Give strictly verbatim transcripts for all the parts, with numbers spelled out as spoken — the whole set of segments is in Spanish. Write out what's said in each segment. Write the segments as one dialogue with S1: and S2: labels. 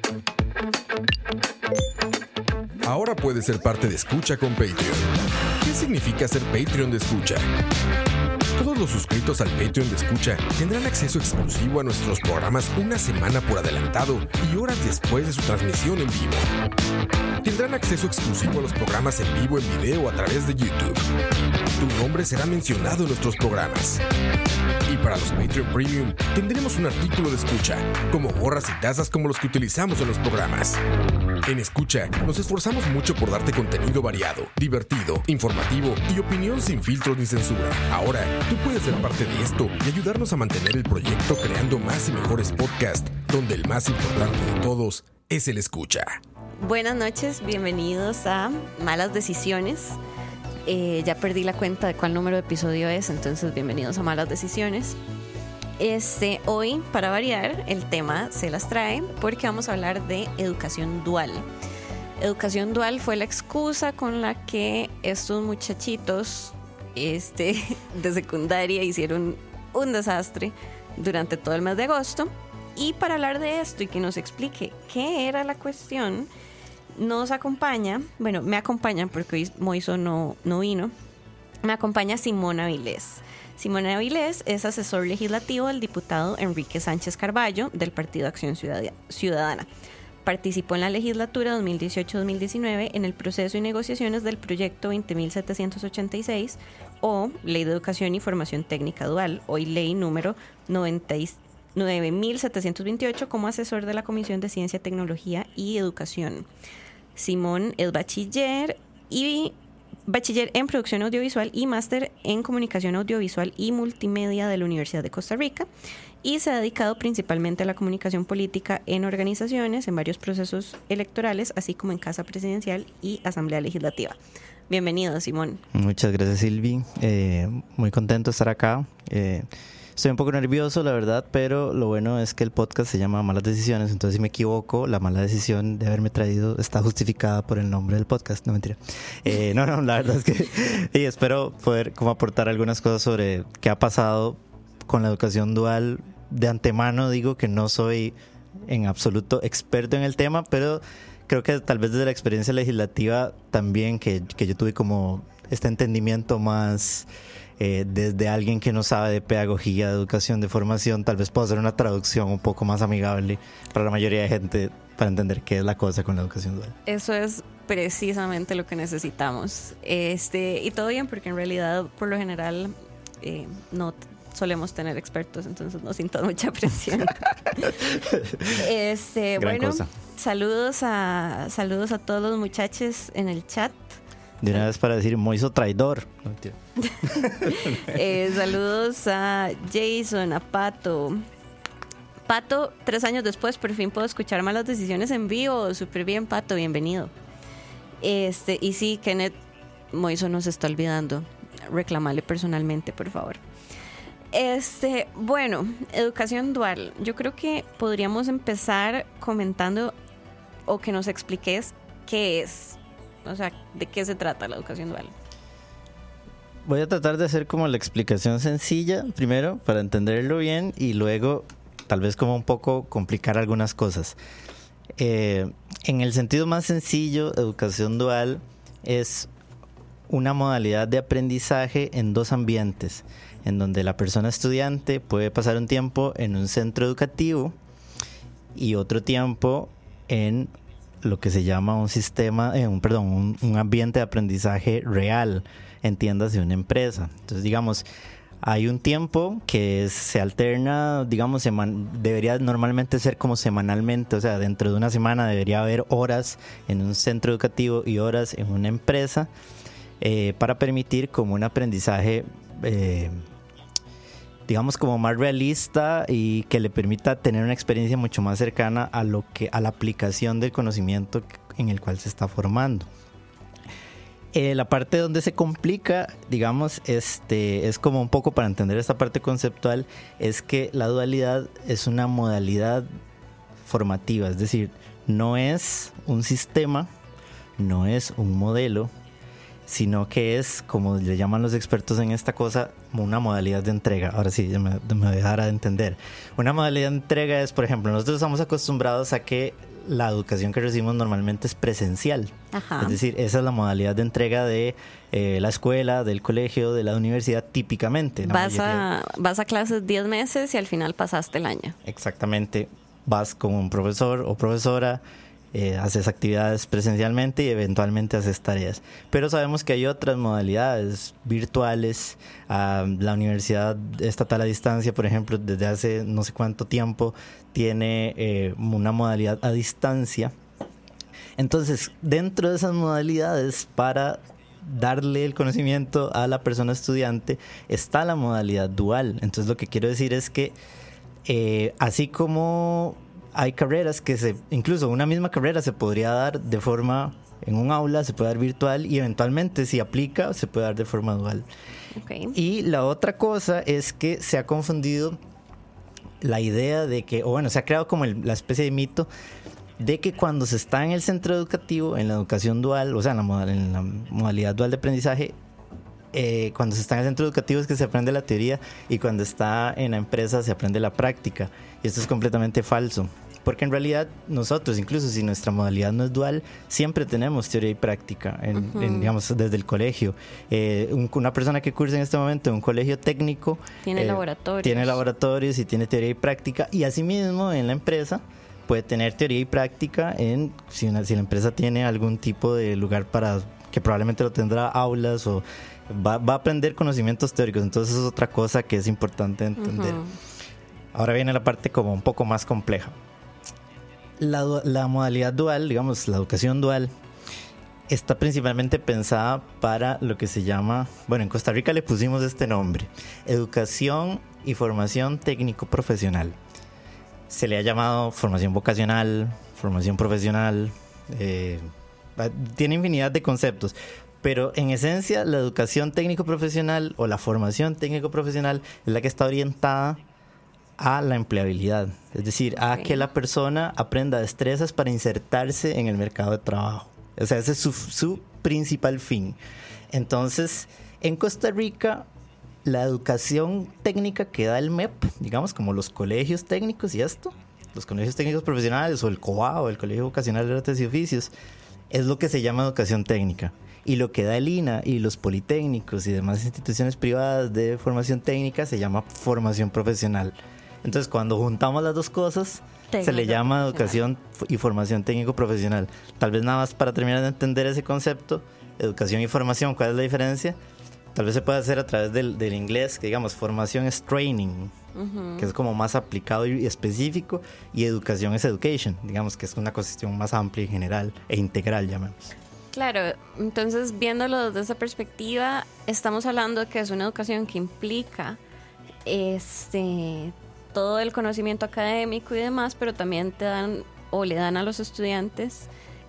S1: Ahora puedes ser parte de Escucha con Patreon. ¿Qué significa ser Patreon de Escucha? Todos los suscritos al Patreon de Escucha tendrán acceso exclusivo a nuestros programas una semana por adelantado y horas después de su transmisión en vivo. Tendrán acceso exclusivo a los programas en vivo en video a través de YouTube. Tu nombre será mencionado en nuestros programas. Y para los Patreon Premium tendremos un artículo de Escucha, como gorras y tazas como los que utilizamos en los programas. En Escucha nos esforzamos mucho por darte contenido variado, divertido, informativo y opinión sin filtros ni censura. Ahora, tú puedes ser parte de esto y ayudarnos a mantener el proyecto creando más y mejores podcasts, donde el más importante de todos es el Escucha.
S2: Buenas noches, bienvenidos a Malas Decisiones. Eh, ya perdí la cuenta de cuál número de episodio es, entonces bienvenidos a Malas Decisiones. Este, hoy, para variar, el tema se las trae porque vamos a hablar de educación dual. Educación dual fue la excusa con la que estos muchachitos este, de secundaria hicieron un desastre durante todo el mes de agosto. Y para hablar de esto y que nos explique qué era la cuestión, nos acompaña, bueno, me acompañan porque hoy Moiso no, no vino, me acompaña Simón Avilés. Simón Avilés es asesor legislativo del diputado Enrique Sánchez Carballo del Partido Acción Ciudadana. Participó en la legislatura dos mil dieciocho dos mil diecinueve en el proceso y negociaciones del proyecto veinte mil setecientos ochenta y seis o Ley de Educación y Formación Técnica Dual, hoy ley número nueve mil setecientos veintiocho, como asesor de la Comisión de Ciencia, Tecnología y Educación. Simón es bachiller y bachiller en producción audiovisual y máster en comunicación audiovisual y multimedia de la Universidad de Costa Rica, y se ha dedicado principalmente a la comunicación política en organizaciones, en varios procesos electorales, así como en Casa Presidencial y Asamblea Legislativa. Bienvenido, Simón.
S3: Muchas gracias, Silvi. Eh, muy contento de estar acá. Eh, Estoy un poco nervioso, la verdad, pero lo bueno es que el podcast se llama Malas Decisiones, entonces si me equivoco, la mala decisión de haberme traído está justificada por el nombre del podcast. No, mentira. Eh, no, no, la verdad es que y espero poder como aportar algunas cosas sobre qué ha pasado con la educación dual. De antemano digo que no soy en absoluto experto en el tema, pero creo que tal vez desde la experiencia legislativa también que, que yo tuve como este entendimiento más... Eh, desde alguien que no sabe de pedagogía, de educación, de formación, tal vez puedo hacer una traducción un poco más amigable para la mayoría de gente para entender qué es la cosa con la educación dual.
S2: Eso es precisamente lo que necesitamos. Este, y todo bien, porque en realidad, por lo general, eh, no t- solemos tener expertos, entonces no sientas mucha presión. este,
S3: Gran
S2: bueno,
S3: cosa.
S2: saludos a, saludos a todos los muchachos en el chat.
S3: De una vez para decir Moiso traidor. No,
S2: eh, saludos a Jason, a Pato. Pato, tres años después, por fin puedo escuchar Malas Decisiones en vivo. Súper bien, Pato, bienvenido. Este, y sí, Kenneth, Moiso nos está olvidando. Reclamarle personalmente, por favor. Este, bueno, educación dual. Yo creo que podríamos empezar comentando o que nos expliques qué es. O sea, ¿de qué se trata la educación dual?
S3: Voy a tratar de hacer como la explicación sencilla primero para entenderlo bien y luego tal vez como un poco complicar algunas cosas. Eh, en el sentido más sencillo, educación dual es una modalidad de aprendizaje en dos ambientes, en donde la persona estudiante puede pasar un tiempo en un centro educativo y otro tiempo en lo que se llama un sistema, eh, un, perdón, un, un ambiente de aprendizaje real, entiéndase una empresa. Entonces, digamos, hay un tiempo que se alterna, digamos, seman- debería normalmente ser como semanalmente, o sea, dentro de una semana debería haber horas en un centro educativo y horas en una empresa eh, para permitir como un aprendizaje eh, digamos como más realista y que le permita tener una experiencia mucho más cercana a lo que a la aplicación del conocimiento en el cual se está formando. Eh, la parte donde se complica, digamos, este, es como un poco para entender esta parte conceptual, es que la dualidad es una modalidad formativa, es decir, no es un sistema, no es un modelo, sino que es, como le llaman los expertos en esta cosa, una modalidad de entrega. Ahora sí, me, me voy a dar a entender. Una modalidad de entrega es, por ejemplo, nosotros estamos acostumbrados a que la educación que recibimos normalmente es presencial.
S2: Ajá.
S3: Es decir, esa es la modalidad de entrega de eh, la escuela, del colegio, de la universidad típicamente.
S2: Vas a, vas a clases diez meses y al final pasaste el año.
S3: Exactamente. Vas con un profesor o profesora, eh, haces actividades presencialmente y eventualmente haces tareas. Pero sabemos que hay otras modalidades virtuales. Uh, la Universidad Estatal a Distancia, por ejemplo, desde hace no sé cuánto tiempo tiene eh, una modalidad a distancia. Entonces, dentro de esas modalidades, para darle el conocimiento a la persona estudiante, está la modalidad dual. Entonces, lo que quiero decir es que eh, así como hay carreras que se, incluso una misma carrera se podría dar de forma, en un aula se puede dar virtual y eventualmente si aplica se puede dar de forma dual.
S2: Okay.
S3: Y la otra cosa es que se ha confundido la idea de que, o bueno, se ha creado como el, la especie de mito de que cuando se está en el centro educativo, en la educación dual, o sea, en la, modal, en la modalidad dual de aprendizaje, eh, cuando se está en el centro educativo es que se aprende la teoría y cuando está en la empresa se aprende la práctica. Y esto es completamente falso. Porque en realidad nosotros, incluso si nuestra modalidad no es dual, siempre tenemos teoría y práctica, en, uh-huh. en, digamos, desde el colegio. Eh, un, una persona que cursa en este momento en un colegio técnico
S2: tiene
S3: eh,
S2: laboratorios.
S3: Tiene laboratorios y tiene teoría y práctica. Y asimismo en la empresa puede tener teoría y práctica en si, una, si la empresa tiene algún tipo de lugar para, que probablemente lo tendrá, aulas o va, va a aprender conocimientos teóricos. Entonces es otra cosa que es importante entender. Uh-huh. Ahora viene la parte como un poco más compleja. La, la modalidad dual, digamos, la educación dual, está principalmente pensada para lo que se llama, bueno, en Costa Rica le pusimos este nombre, Educación y Formación Técnico-Profesional. Se le ha llamado formación vocacional, formación profesional, eh, tiene infinidad de conceptos, pero en esencia la educación técnico-profesional o la formación técnico-profesional es la que está orientada a la empleabilidad, es decir, a okay. que la persona aprenda destrezas para insertarse en el mercado de trabajo. O sea, ese es su, su principal fin. Entonces, en Costa Rica, la educación técnica que da el M E P, digamos, como los colegios técnicos y esto, los colegios técnicos profesionales o el COA o el Colegio Vocacional de Artes y Oficios, es lo que se llama educación técnica. Y lo que da el I N A y los politécnicos y demás instituciones privadas de formación técnica se llama formación profesional. Entonces, cuando juntamos las dos cosas, técnico se le llama educación y formación técnico-profesional. Tal vez nada más para terminar de entender ese concepto, educación y formación, ¿cuál es la diferencia? Tal vez se puede hacer a través del, del inglés, que digamos, formación es training, uh-huh. que es como más aplicado y específico, y educación es education, digamos que es una cuestión más amplia y general e integral, llamemos.
S2: Claro, entonces viéndolo desde esa perspectiva, estamos hablando de que es una educación que implica este... todo el conocimiento académico y demás, pero también te dan o le dan a los estudiantes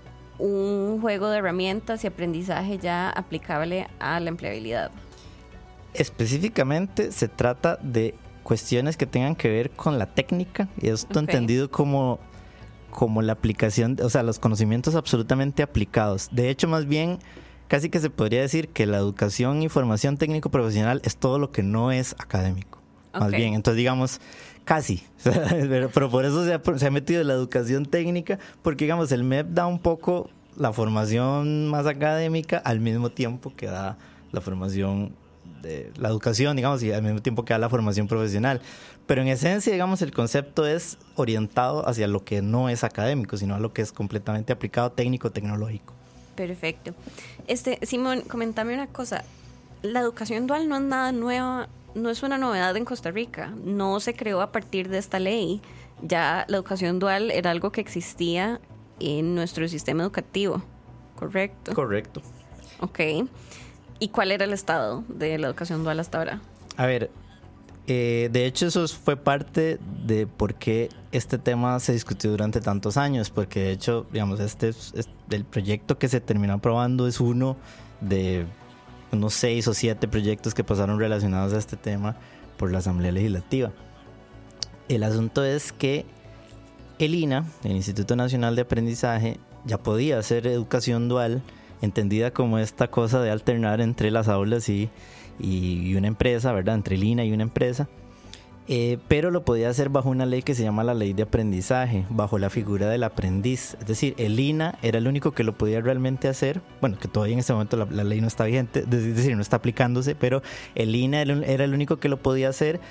S2: un juego de herramientas y aprendizaje ya aplicable a la empleabilidad.
S3: Específicamente se trata de cuestiones que tengan que ver con la técnica y esto okay. entendido como, como la aplicación, o sea, los conocimientos absolutamente aplicados. De hecho, más bien, casi que se podría decir que la educación y formación técnico-profesional es todo lo que no es académico. Okay. Más bien, entonces digamos, casi, pero, pero por eso se ha, se ha metido la educación técnica, porque digamos, el M E P da un poco la formación más académica al mismo tiempo que da la formación de la educación, digamos, y al mismo tiempo que da la formación profesional. Pero en esencia, digamos, el concepto es orientado hacia lo que no es académico, sino a lo que es completamente aplicado, técnico, tecnológico.
S2: Perfecto. Este, Simón, coméntame una cosa. La educación dual no es nada nueva, no es una novedad en Costa Rica, no se creó a partir de esta ley. Ya la educación dual era algo que existía en nuestro sistema educativo, ¿correcto?
S3: Correcto.
S2: Ok. ¿Y cuál era el estado de la educación dual hasta ahora?
S3: A ver, eh, de hecho eso fue parte de por qué este tema se discutió durante tantos años, porque de hecho, digamos, este, este el proyecto que se terminó aprobando es uno de unos seis o siete proyectos que pasaron relacionados a este tema por la Asamblea Legislativa. El asunto es que el I N A, el Instituto Nacional de Aprendizaje, ya podía hacer educación dual, entendida como esta cosa de alternar entre las aulas y, y, y una empresa, ¿verdad? Entre el I N A y una empresa. Eh, pero lo podía hacer bajo una ley que se llama la ley de aprendizaje, bajo la figura del aprendiz. Es decir, el I N A era el único que lo podía realmente hacer. Bueno, que todavía en este momento la, la ley no está vigente, es decir, no está aplicándose, pero el I N A era, era el único que lo podía hacer.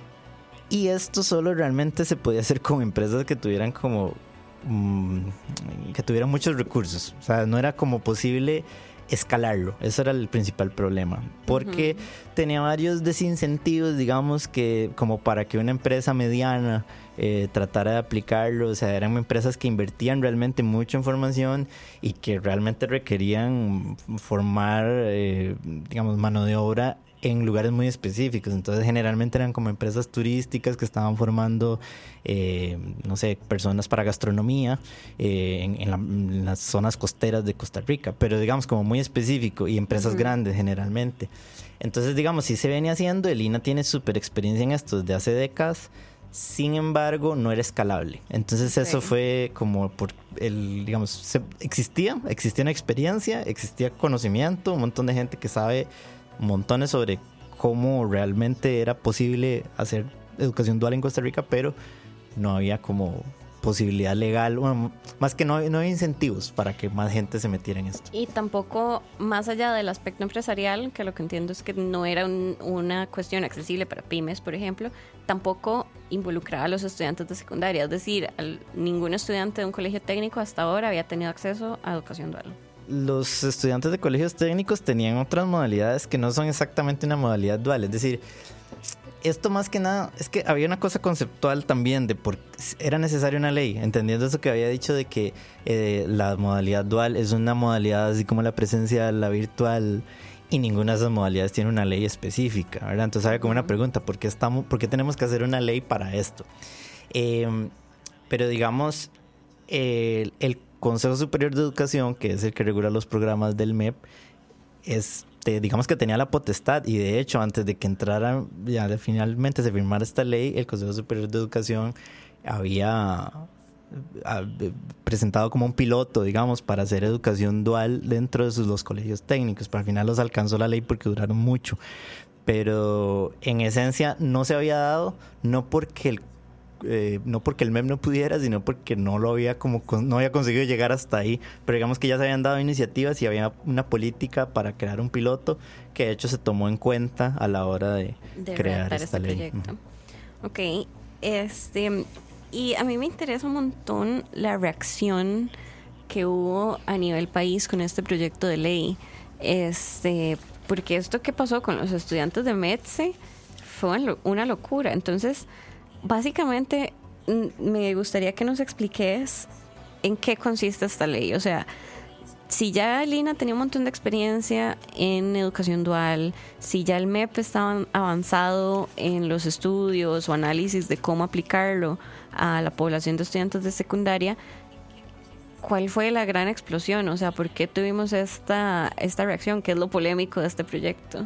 S3: Y esto solo realmente se podía hacer con empresas que tuvieran como mmm, que tuvieran muchos recursos. O sea, no era como posible escalarlo. Eso era el principal problema, porque uh-huh. tenía varios desincentivos, digamos, que como para que una empresa mediana eh, tratara de aplicarlo. O sea, eran empresas que invertían realmente mucho en formación y que realmente requerían formar eh, digamos, mano de obra en lugares muy específicos. Entonces generalmente eran como empresas turísticas que estaban formando eh, no sé, personas para gastronomía eh, en, en, la, en las zonas costeras de Costa Rica, pero digamos como muy específico, y empresas uh-huh. grandes generalmente. Entonces digamos, sí se venía haciendo, el I N A tiene súper experiencia en esto desde hace décadas. Sin embargo, no era escalable. Entonces eso sí. fue como por el, digamos, se, existía, existía una experiencia, existía conocimiento, un montón de gente que sabe montones sobre cómo realmente era posible hacer educación dual en Costa Rica, pero no había como posibilidad legal, bueno, más que no, no había incentivos para que más gente se metiera en esto.
S2: Y tampoco, más allá del aspecto empresarial, que lo que entiendo es que no era un, una cuestión accesible para pymes, por ejemplo, tampoco involucraba a los estudiantes de secundaria, es decir, al, ningún estudiante de un colegio técnico hasta ahora había tenido acceso a educación dual.
S3: Los estudiantes de colegios técnicos tenían otras modalidades que no son exactamente una modalidad dual. Es decir, esto más que nada es que había una cosa conceptual también de por era necesaria una ley, entendiendo eso que había dicho de que eh, la modalidad dual es una modalidad así como la presencial, la virtual, y ninguna de esas modalidades tiene una ley específica, ¿verdad? Entonces había como una pregunta, ¿por qué, estamos, ¿por qué tenemos que hacer una ley para esto? Eh, pero digamos, eh, el Consejo Superior de Educación, que es el que regula los programas del M E P, es, te, digamos que tenía la potestad, y de hecho antes de que entrara, ya finalmente se firmara esta ley, el Consejo Superior de Educación había a, presentado como un piloto, digamos, para hacer educación dual dentro de sus, los colegios técnicos, pero al final los alcanzó la ley porque duraron mucho. Pero en esencia no se había dado, no porque el Eh, no porque el M E P no pudiera, sino porque no lo había como no había conseguido llegar hasta ahí. Pero digamos que ya se habían dado iniciativas y había una política para crear un piloto que de hecho se tomó en cuenta a la hora de, de crear esta este ley.
S2: Proyecto. Uh-huh. Ok, este, y a mí me interesa un montón la reacción que hubo a nivel país con este proyecto de ley, este, porque esto que pasó con los estudiantes de METSE fue una locura. Entonces, básicamente, me gustaría que nos expliques en qué consiste esta ley. O sea, si ya el I N A tenía un montón de experiencia en educación dual, si ya el M E P estaba avanzado en los estudios o análisis de cómo aplicarlo a la población de estudiantes de secundaria, ¿cuál fue la gran explosión? O sea, ¿por qué tuvimos esta, esta reacción? ¿Qué es lo polémico de este proyecto?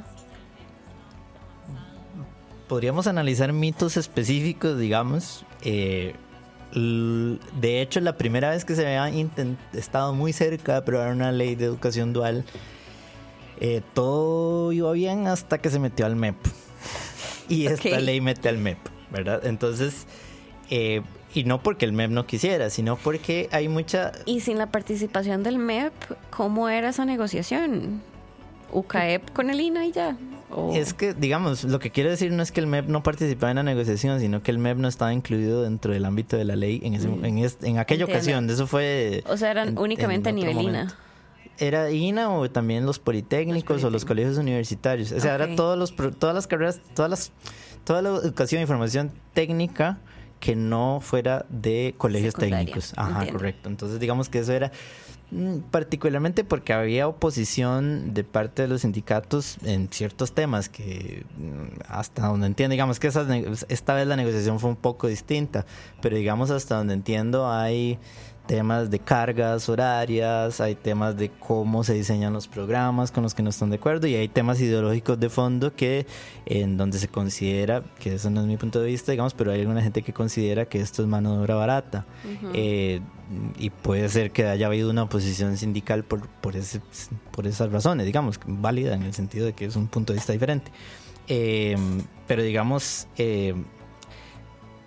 S3: Podríamos analizar mitos específicos, digamos. Eh, de hecho, la primera vez que se había intent- estado muy cerca de aprobar una ley de educación dual, eh, todo iba bien hasta que se metió al M E P. Y esta okay. ley mete al M E P, ¿verdad? Entonces, eh, y no porque el M E P no quisiera, sino porque hay mucha...
S2: Y sin la participación del M E P, ¿cómo era esa negociación? ¿U C A E P con el I N A y ya? Oh.
S3: Es que, digamos, lo que quiero decir no es que el M E P no participaba en la negociación, sino que el M E P no estaba incluido dentro del ámbito de la ley en, ese, mm. en, este, en aquella Entiendo. ocasión. Eso fue...
S2: O sea, eran en, únicamente en a nivel momento. I N A.
S3: Era I N A o también los politécnicos, los politécnicos o los colegios universitarios. O sea, okay. era todos los, todas las carreras, todas las, toda la educación y formación técnica que no fuera de colegios Secundaria. técnicos. Ajá, Entiendo. correcto. Entonces, digamos que eso era... particularmente porque había oposición de parte de los sindicatos en ciertos temas que hasta donde entiendo, digamos que esas, esta vez la negociación fue un poco distinta, pero digamos hasta donde entiendo hay temas de cargas horarias, hay temas de cómo se diseñan los programas con los que no están de acuerdo, y hay temas ideológicos de fondo que en donde se considera, que eso no es mi punto de vista, digamos, pero hay alguna gente que considera que esto es mano de obra barata. Uh-huh. eh, y puede ser que haya habido una oposición sindical por, por, ese, por esas razones, digamos, válida en el sentido de que es un punto de vista diferente. Eh, pero digamos... Eh,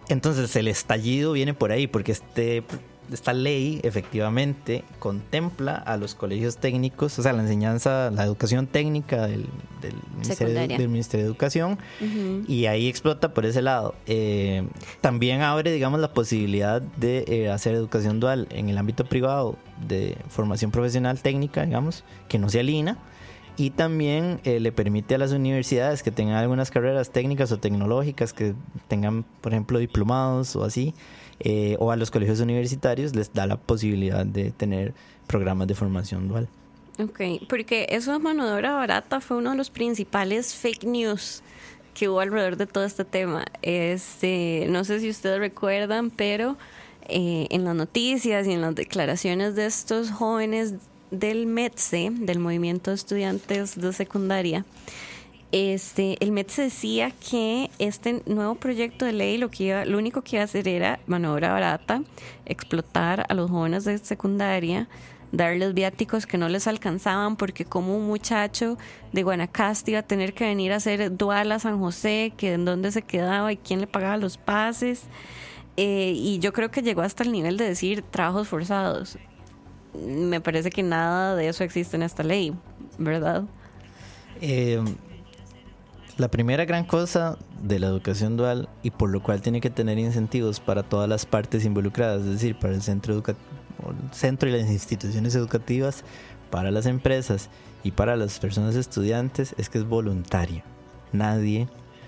S3: Entonces el estallido viene por ahí, porque este, esta ley efectivamente contempla a los colegios técnicos, o sea, la enseñanza, la educación técnica del, del, ministerio, del Ministerio de Educación, uh-huh. y ahí explota por ese lado. Eh, también abre, digamos, la posibilidad de eh, hacer educación dual en el ámbito privado de formación profesional técnica, digamos, que no sea el I N A. Y también eh, le permite a las universidades que tengan algunas carreras técnicas o tecnológicas, que tengan, por ejemplo, diplomados o así, eh, o a los colegios universitarios les da la posibilidad de tener programas de formación dual.
S2: Ok, porque eso de mano de obra barata fue uno de los principales fake news que hubo alrededor de todo este tema. Este, no sé si ustedes recuerdan, pero eh, en las noticias y en las declaraciones de estos jóvenes del METSE, del Movimiento de Estudiantes de Secundaria, este, el METSE decía que este nuevo proyecto de ley lo que iba, lo único que iba a hacer era mano de obra barata, explotar a los jóvenes de secundaria, darles viáticos que no les alcanzaban, porque como un muchacho de Guanacaste iba a tener que venir a hacer dual a San José, que en dónde se quedaba y quién le pagaba los pases, eh, y yo creo que llegó hasta el nivel de decir trabajos forzados. Me parece que nada de eso existe en esta ley, ¿verdad?
S3: Eh, la primera gran cosa de la educación dual, y por lo cual tiene que tener incentivos para todas las partes involucradas, es decir, para el centro, educa- el centro y las instituciones educativas, para las empresas y para las personas estudiantes, es que es voluntaria. Nadie,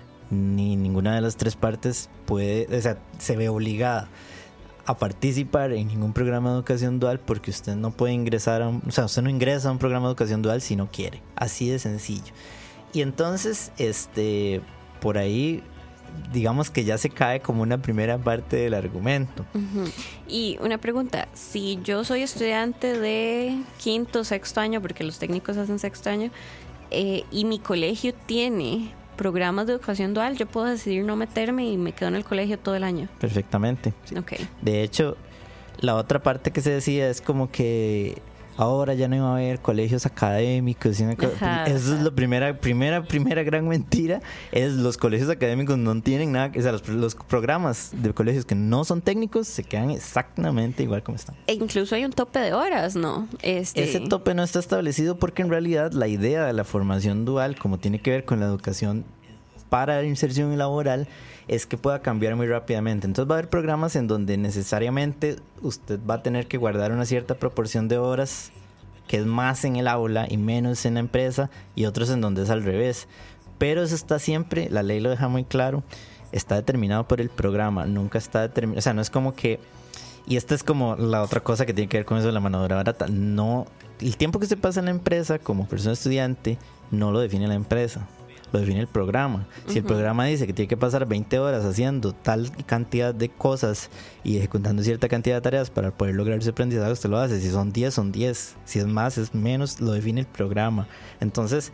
S3: ni ninguna de las tres partes puede, o sea, se ve obligada a participar en ningún programa de educación dual, porque usted no puede ingresar a un, o sea, usted no ingresa a un programa de educación dual si no quiere, así de sencillo. Y entonces, este, por ahí, digamos que ya se cae como una primera parte del argumento.
S2: Uh-huh. Y una pregunta, si yo soy estudiante de quinto, sexto año, porque los técnicos hacen sexto año, eh, y mi colegio tiene programas de educación dual, yo puedo decidir no meterme y me quedo en el colegio todo el año.
S3: Perfectamente. Sí.
S2: Okay.
S3: De hecho, la otra parte que se decía es como que ahora ya no iba a haber colegios académicos. Ajá, Eso es la primera, primera, primera gran mentira. Es los colegios académicos no tienen nada, o sea, los, los programas de colegios que no son técnicos se quedan exactamente igual como están.
S2: E incluso hay un tope de horas, ¿no? Este...
S3: Ese tope no está establecido porque en realidad la idea de la formación dual, como tiene que ver con la educación para la inserción laboral, es que pueda cambiar muy rápidamente. Entonces va a haber programas en donde necesariamente usted va a tener que guardar una cierta proporción de horas, que es más en el aula y menos en la empresa, y otros en donde es al revés. Pero eso está siempre, la ley lo deja muy claro, está determinado por el programa, nunca está determinado, o sea, no es como que, y esta es como la otra cosa que tiene que ver con eso de la mano de obra barata, no, el tiempo que se pasa en la empresa como persona estudiante no lo define la empresa, lo define el programa. Si uh-huh. el programa dice que tiene que pasar veinte horas haciendo tal cantidad de cosas y ejecutando cierta cantidad de tareas para poder lograr ese aprendizaje, usted lo hace. Si son diez, son diez. Si es más, es menos, lo define el programa. Entonces,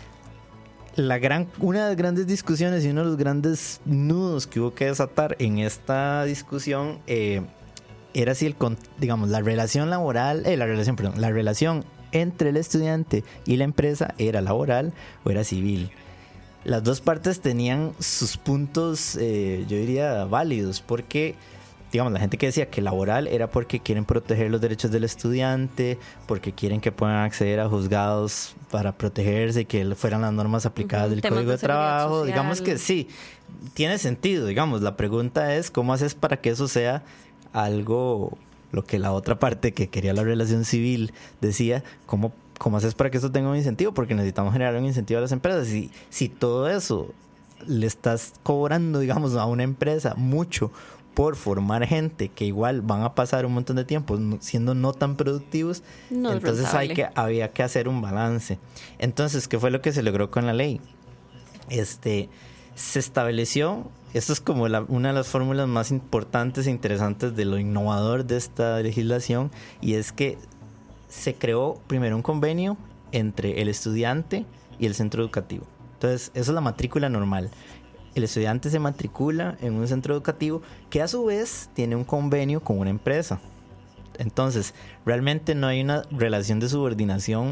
S3: la gran, una de las grandes discusiones y uno de los grandes nudos que hubo que desatar en esta discusión eh, era si el, digamos, la relación laboral, eh, la relación, perdón, la relación entre el estudiante y la empresa era laboral o era civil. Las dos partes tenían sus puntos, eh, yo diría, válidos, porque, digamos, la gente que decía que laboral era porque quieren proteger los derechos del estudiante, porque quieren que puedan acceder a juzgados para protegerse y que fueran las normas aplicadas uh-huh. del Temas Código de, de Trabajo. Social. Digamos que sí, tiene sentido, digamos, la pregunta es cómo haces para que eso sea algo, lo que la otra parte que quería la relación civil decía, cómo ¿Cómo haces para que eso tenga un incentivo? Porque necesitamos generar un incentivo a las empresas. Si, si todo eso le estás cobrando, digamos, a una empresa mucho por formar gente que igual van a pasar un montón de tiempo siendo no tan productivos, no entonces hay que, había que hacer un balance. Entonces, ¿qué fue lo que se logró con la ley? Este, se estableció, esto es como la, una de las fórmulas más importantes e interesantes de lo innovador de esta legislación, y es que se creó primero un convenio entre el estudiante y el centro educativo. Entonces, eso es la matrícula normal. El estudiante se matricula en un centro educativo que a su vez tiene un convenio con una empresa. Entonces, realmente no hay una relación de subordinación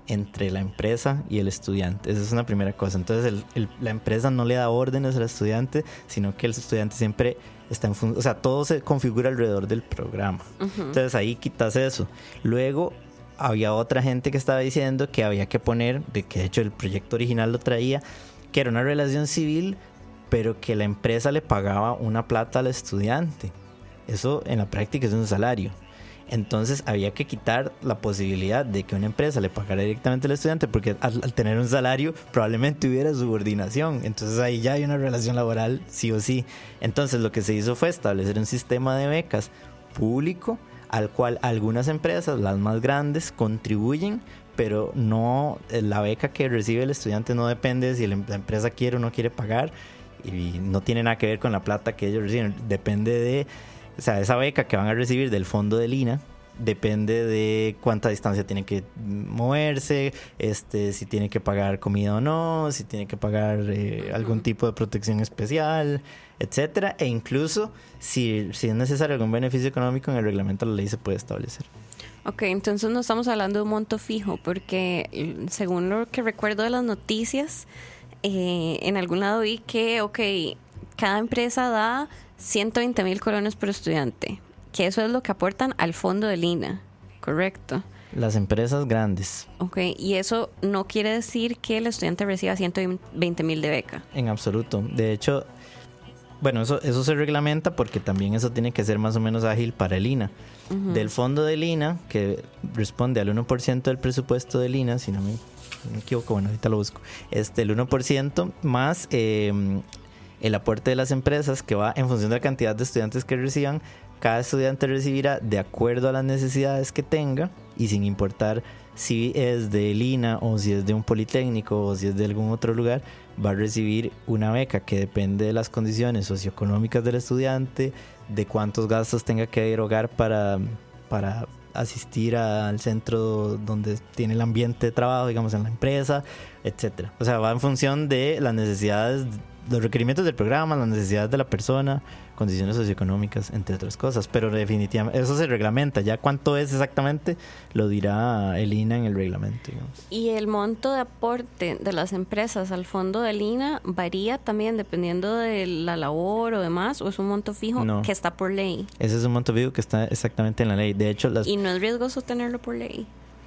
S3: entre la empresa y el estudiante. Esa es una primera cosa. Entonces el, el, la empresa no le da órdenes al estudiante, sino que el estudiante siempre está en función, o sea, todo se configura alrededor del programa. Uh-huh. Entonces ahí quitas eso. Luego había otra gente que estaba diciendo que había que poner, de que de hecho el proyecto original lo traía, que era una relación civil, pero que la empresa le pagaba una plata al estudiante. Eso en la práctica es un salario. Entonces había que quitar la posibilidad de que una empresa le pagara directamente al estudiante, porque al, al tener un salario probablemente hubiera subordinación. Entonces ahí ya hay una relación laboral sí o sí. Entonces lo que se hizo fue establecer un sistema de becas público al cual algunas empresas, las más grandes, contribuyen, pero no, la beca que recibe el estudiante no depende de si la empresa quiere o no quiere pagar, y no tiene nada que ver con la plata que ellos reciben. Depende de, o sea, esa beca que van a recibir del fondo del I N A depende de cuánta distancia tienen que moverse, este, si tienen que pagar comida o no, si tienen que pagar eh, algún tipo de protección especial, etcétera, e incluso si, si es necesario algún beneficio económico, en el reglamento de la ley se puede establecer.
S2: Ok, entonces no estamos hablando de un monto fijo, porque según lo que recuerdo de las noticias, eh, en algún lado vi que, ok, cada empresa da ciento veinte mil colones por estudiante, que eso es lo que aportan al fondo del I N A, ¿correcto?
S3: Las empresas grandes.
S2: Ok, y eso no quiere decir que el estudiante reciba ciento veinte mil de beca.
S3: En absoluto. De hecho, bueno, eso, eso se reglamenta porque también eso tiene que ser más o menos ágil para el I N A. Uh-huh. Del fondo del I N A, que responde al uno por ciento del presupuesto del I N A, si no me, me equivoco, bueno, ahorita lo busco, este, el uno por ciento más eh, el aporte de las empresas, que va en función de la cantidad de estudiantes que reciban. Cada estudiante recibirá de acuerdo a las necesidades que tenga, y sin importar si es del I N A o si es de un politécnico o si es de algún otro lugar, va a recibir una beca que depende de las condiciones socioeconómicas del estudiante, de cuántos gastos tenga que erogar para, para asistir al centro donde tiene el ambiente de trabajo, digamos en la empresa, etcétera. O sea, va en función de las necesidades, los requerimientos del programa, las necesidades de la persona, condiciones socioeconómicas, entre otras cosas. Pero definitivamente eso se reglamenta. Ya cuánto es exactamente lo dirá el I N A en el reglamento, digamos.
S2: ¿Y el monto de aporte de las empresas al fondo del I N A varía también dependiendo de la labor o demás, o es un monto fijo no. que está por ley?
S3: Ese es un monto fijo que está exactamente en la ley. De hecho, las...
S2: ¿Y no es riesgoso tenerlo por ley?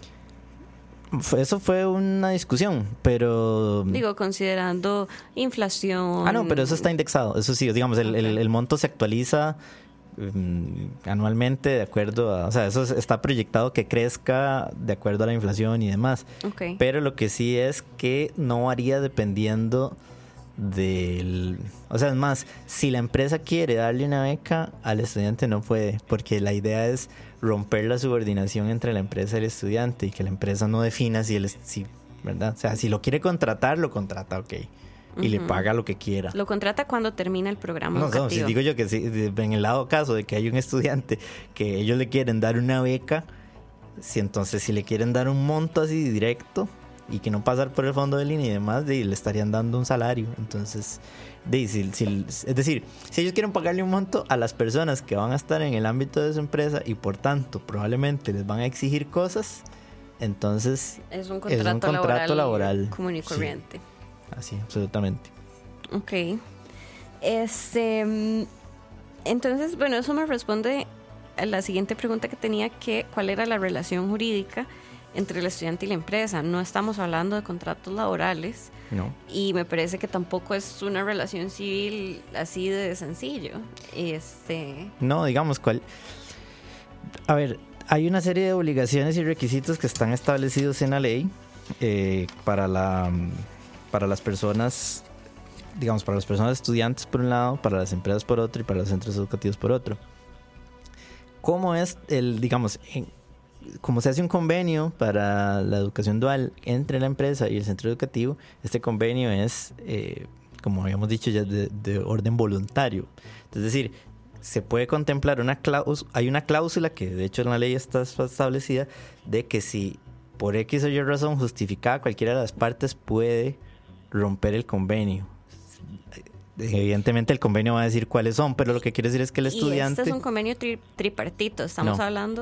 S3: Eso fue una discusión, pero...
S2: Digo, considerando inflación...
S3: Ah, no, pero eso está indexado. Eso sí, digamos, el, okay. el, el monto se actualiza um, anualmente de acuerdo a... O sea, eso está proyectado que crezca de acuerdo a la inflación y demás.
S2: Okay.
S3: Pero lo que sí es que no varía dependiendo del... O sea, es más, si la empresa quiere darle una beca al estudiante no puede, porque la idea es romper la subordinación entre la empresa y el estudiante, y que la empresa no defina si el si, ¿verdad? O sea, si lo quiere contratar, lo contrata, ok, y uh-huh. le paga lo que quiera.
S2: Lo contrata cuando termina el programa
S3: no,
S2: educativo.
S3: No, si digo yo que si, en el lado caso de que hay un estudiante que ellos le quieren dar una beca, si entonces si le quieren dar un monto así directo y que no pasar por el fondo del I N A y demás, de, le estarían dando un salario. Entonces, de, si, si, es decir, si ellos quieren pagarle un monto a las personas que van a estar en el ámbito de su empresa y por tanto probablemente les van a exigir cosas, entonces
S2: es un contrato,
S3: es un contrato laboral, laboral
S2: común y corriente.
S3: Sí, así, absolutamente.
S2: Ok. Este, entonces, bueno, eso me responde a la siguiente pregunta que tenía, que cuál era la relación jurídica entre el estudiante y la empresa. No estamos hablando de contratos laborales.
S3: No.
S2: Y me parece que tampoco es una relación civil así de sencillo. Este...
S3: No, digamos, cuál. A ver, hay una serie de obligaciones y requisitos que están establecidos en la ley eh, para la para las personas, digamos, para las personas estudiantes por un lado, para las empresas por otro y para los centros educativos por otro. ¿Cómo es el, digamos, en, como se hace un convenio para la educación dual entre la empresa y el centro educativo? Este convenio es, eh, como habíamos dicho ya, de, de orden voluntario. Es decir, se puede contemplar una cláusula, hay una cláusula que de hecho en la ley está establecida, de que si por X o Y razón justificada cualquiera de las partes puede romper el convenio. Evidentemente el convenio va a decir cuáles son, pero lo que quiere decir es que el estudiante...
S2: Y este es un convenio tri- tripartito, estamos
S3: no.
S2: hablando...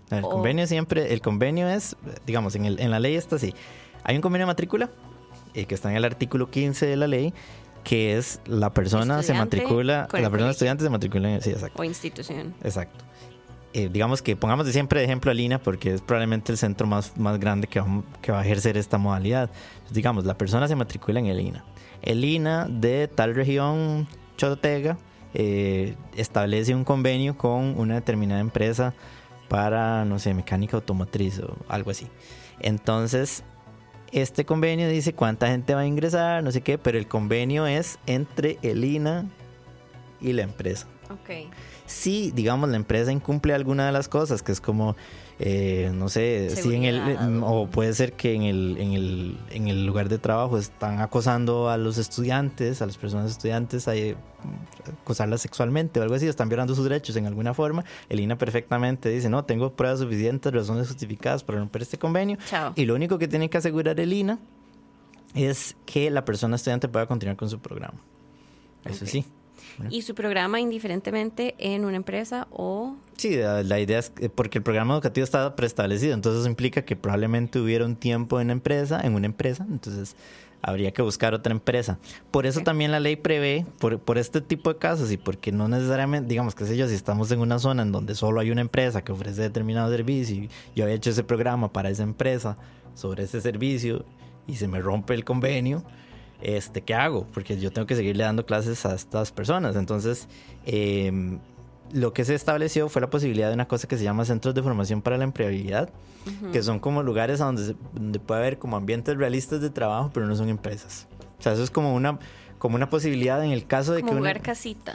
S3: El
S2: o...
S3: convenio siempre, el convenio es, digamos, en, el, en la ley está así. Hay un convenio de matrícula eh, que está en el artículo quince de la ley, que es la persona se matricula, la persona estudiante se matricula en, sí, exacto.
S2: O institución.
S3: Exacto. Eh, digamos que pongamos de siempre de ejemplo a Lina, porque es probablemente el centro más, más grande que va, que va a ejercer esta modalidad. Entonces, digamos, la persona se matricula en el I N A. El I N A de tal región, Chotega, eh, establece un convenio con una determinada empresa para, no sé, mecánica automotriz o algo así. Entonces, este convenio dice cuánta gente va a ingresar, no sé qué, pero el convenio es entre el I N A y la empresa.
S2: Ok.
S3: Si, digamos, la empresa incumple alguna de las cosas, que es como, eh, no sé, si en el, o puede ser que en el, en, el, en el lugar de trabajo están acosando a los estudiantes, a las personas estudiantes, a acosarlas sexualmente o algo así, están violando sus derechos en alguna forma, el I N A perfectamente dice, no, tengo pruebas suficientes, razones justificadas para romper este convenio.
S2: Chao. Y
S3: lo único que tiene que asegurar el I N A es que la persona estudiante pueda continuar con su programa. Eso
S2: okay.
S3: sí.
S2: ¿Y su programa indiferentemente en una empresa o...?
S3: Sí, la, la idea es que, porque el programa educativo está preestablecido, entonces eso implica que probablemente hubiera un tiempo en empresa, en una empresa, entonces habría que buscar otra empresa. Por eso okay. también la ley prevé, por, por este tipo de casos y porque no necesariamente, digamos, qué sé yo, si estamos en una zona en donde solo hay una empresa que ofrece determinado servicio y yo había hecho ese programa para esa empresa sobre ese servicio y se me rompe el convenio, Este, ¿qué hago? Porque yo tengo que seguirle dando clases a estas personas. Entonces, eh, lo que se estableció fue la posibilidad de una cosa que se llama centros de formación para la empleabilidad, uh-huh. que son como lugares donde, se, donde puede haber como ambientes realistas de trabajo, pero no son empresas. O sea, eso es como una, como una posibilidad en el caso de
S2: como
S3: que
S2: jugar
S3: una...
S2: casita.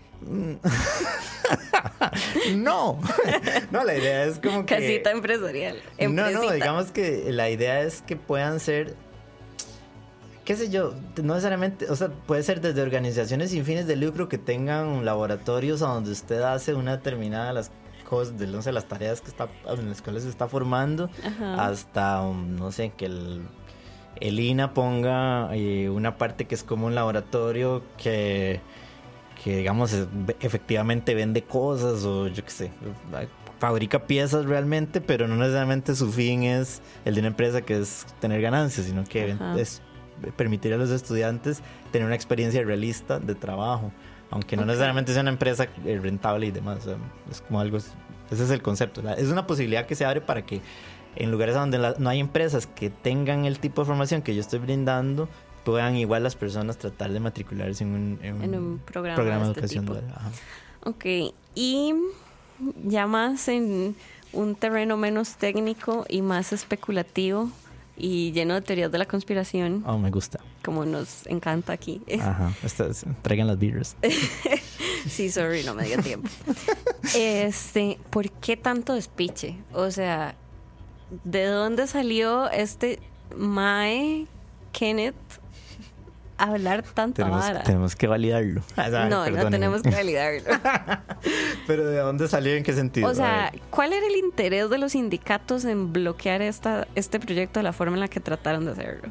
S3: no, no, la idea es como que...
S2: Casita empresarial.
S3: No, no, digamos que la idea es que puedan ser... qué sé yo, no necesariamente, o sea, puede ser desde organizaciones sin fines de lucro que tengan laboratorios a donde usted hace una determinada las cosas, de, no sé, las tareas que está, en las cuales se está formando, ajá. hasta, um, no sé, que el, el I N A ponga eh, una parte que es como un laboratorio que, que digamos, es, efectivamente vende cosas o yo qué sé, fabrica piezas realmente, pero no necesariamente su fin es el de una empresa que es tener ganancias, sino que ajá. es permitir a los estudiantes tener una experiencia realista de trabajo, aunque no okay. necesariamente sea una empresa rentable y demás. O sea, es como algo, ese es el concepto. Es una posibilidad que se abre para que en lugares donde la, no hay empresas que tengan el tipo de formación que yo estoy brindando, puedan igual las personas tratar de matricularse en un, en
S2: en
S3: un,
S2: un programa,
S3: programa de
S2: este
S3: educación
S2: tipo.
S3: dual. Ajá.
S2: Ok, y ya más en un terreno menos técnico y más especulativo y lleno de teorías de la conspiración.
S3: Oh, me gusta.
S2: Como nos encanta aquí.
S3: Ajá, estas, traigan las birras.
S2: Sí, sorry, no me dio tiempo. Este, ¿por qué tanto despiche? O sea, ¿de dónde salió este Mae Kenneth a hablar tanta
S3: tenemos,
S2: vara?
S3: Tenemos que validarlo.
S2: O sea, no, perdónenme. No tenemos que validarlo.
S3: ¿Pero de dónde salió? ¿En qué sentido?
S2: O sea, ¿cuál era el interés de los sindicatos en bloquear esta, este proyecto de la forma en la que trataron de hacerlo?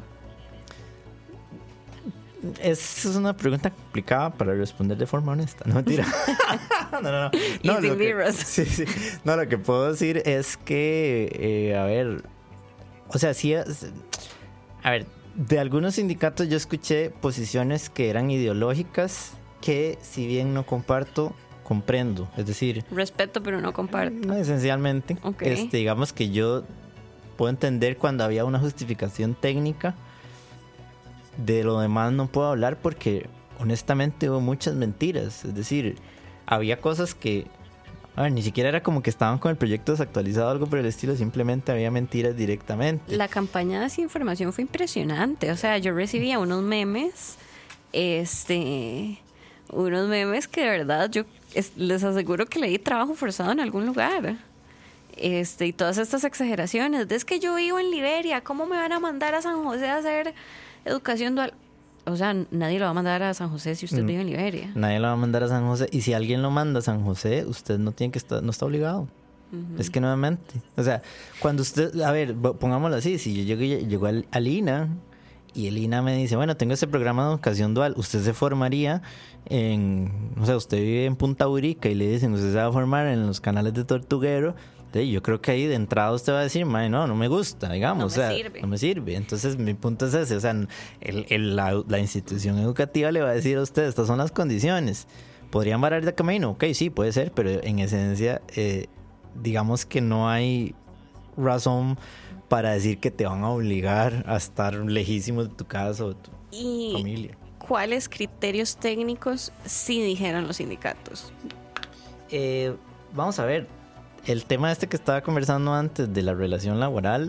S3: Es una pregunta complicada para responder de forma honesta. No, mentira. no, no, no. no
S2: y sin virus.
S3: Sí, sí. No, lo que puedo decir es que, eh, a ver, o sea, sí, es, a ver, de algunos sindicatos yo escuché posiciones que eran ideológicas que, si bien no comparto, comprendo. Es decir,
S2: respeto, pero no comparto.
S3: No, esencialmente.
S2: Okay.
S3: Este, digamos que yo puedo entender cuando había una justificación técnica. De lo demás no puedo hablar porque honestamente hubo muchas mentiras. Es decir, había cosas que, a ver, ni siquiera era como que estaban con el proyecto desactualizado o algo por el estilo, simplemente había mentiras directamente.
S2: La campaña de desinformación fue impresionante. O sea, yo recibía unos memes, este, unos memes que de verdad yo es, les aseguro que leí trabajo forzado en algún lugar. Este, y todas estas exageraciones. Es que yo vivo en Liberia, ¿cómo me van a mandar a San José a hacer educación dual? O sea, nadie lo va a mandar a San José si usted mm. vive en Liberia.
S3: Nadie lo va a mandar a San José. Y si alguien lo manda a San José, usted no tiene que estar, no está obligado. Uh-huh. Es que nuevamente, o sea, cuando usted, a ver, pongámoslo así, si yo llego, llego al, al I N A y el I N A me dice, bueno, tengo este programa de educación dual, usted se formaría en, o sea, usted vive en Punta Urica y le dicen, usted se va a formar en los canales de Tortuguero, de, yo creo que ahí de entrada usted va a decir, mae, no, no me gusta, digamos,
S2: no
S3: o sea,
S2: me sirve.
S3: no me sirve. Entonces mi punto es ese, o sea, el, el, la, la institución educativa le va a decir a usted, estas son las condiciones. ¿Podrían variar de camino? Ok, sí, puede ser, pero en esencia, eh, digamos que no hay razón para decir que te van a obligar a estar lejísimos de tu casa o de tu
S2: y
S3: familia.
S2: ¿Cuáles criterios técnicos sí dijeron los sindicatos?
S3: Eh, vamos a ver, el tema este que estaba conversando antes de la relación laboral,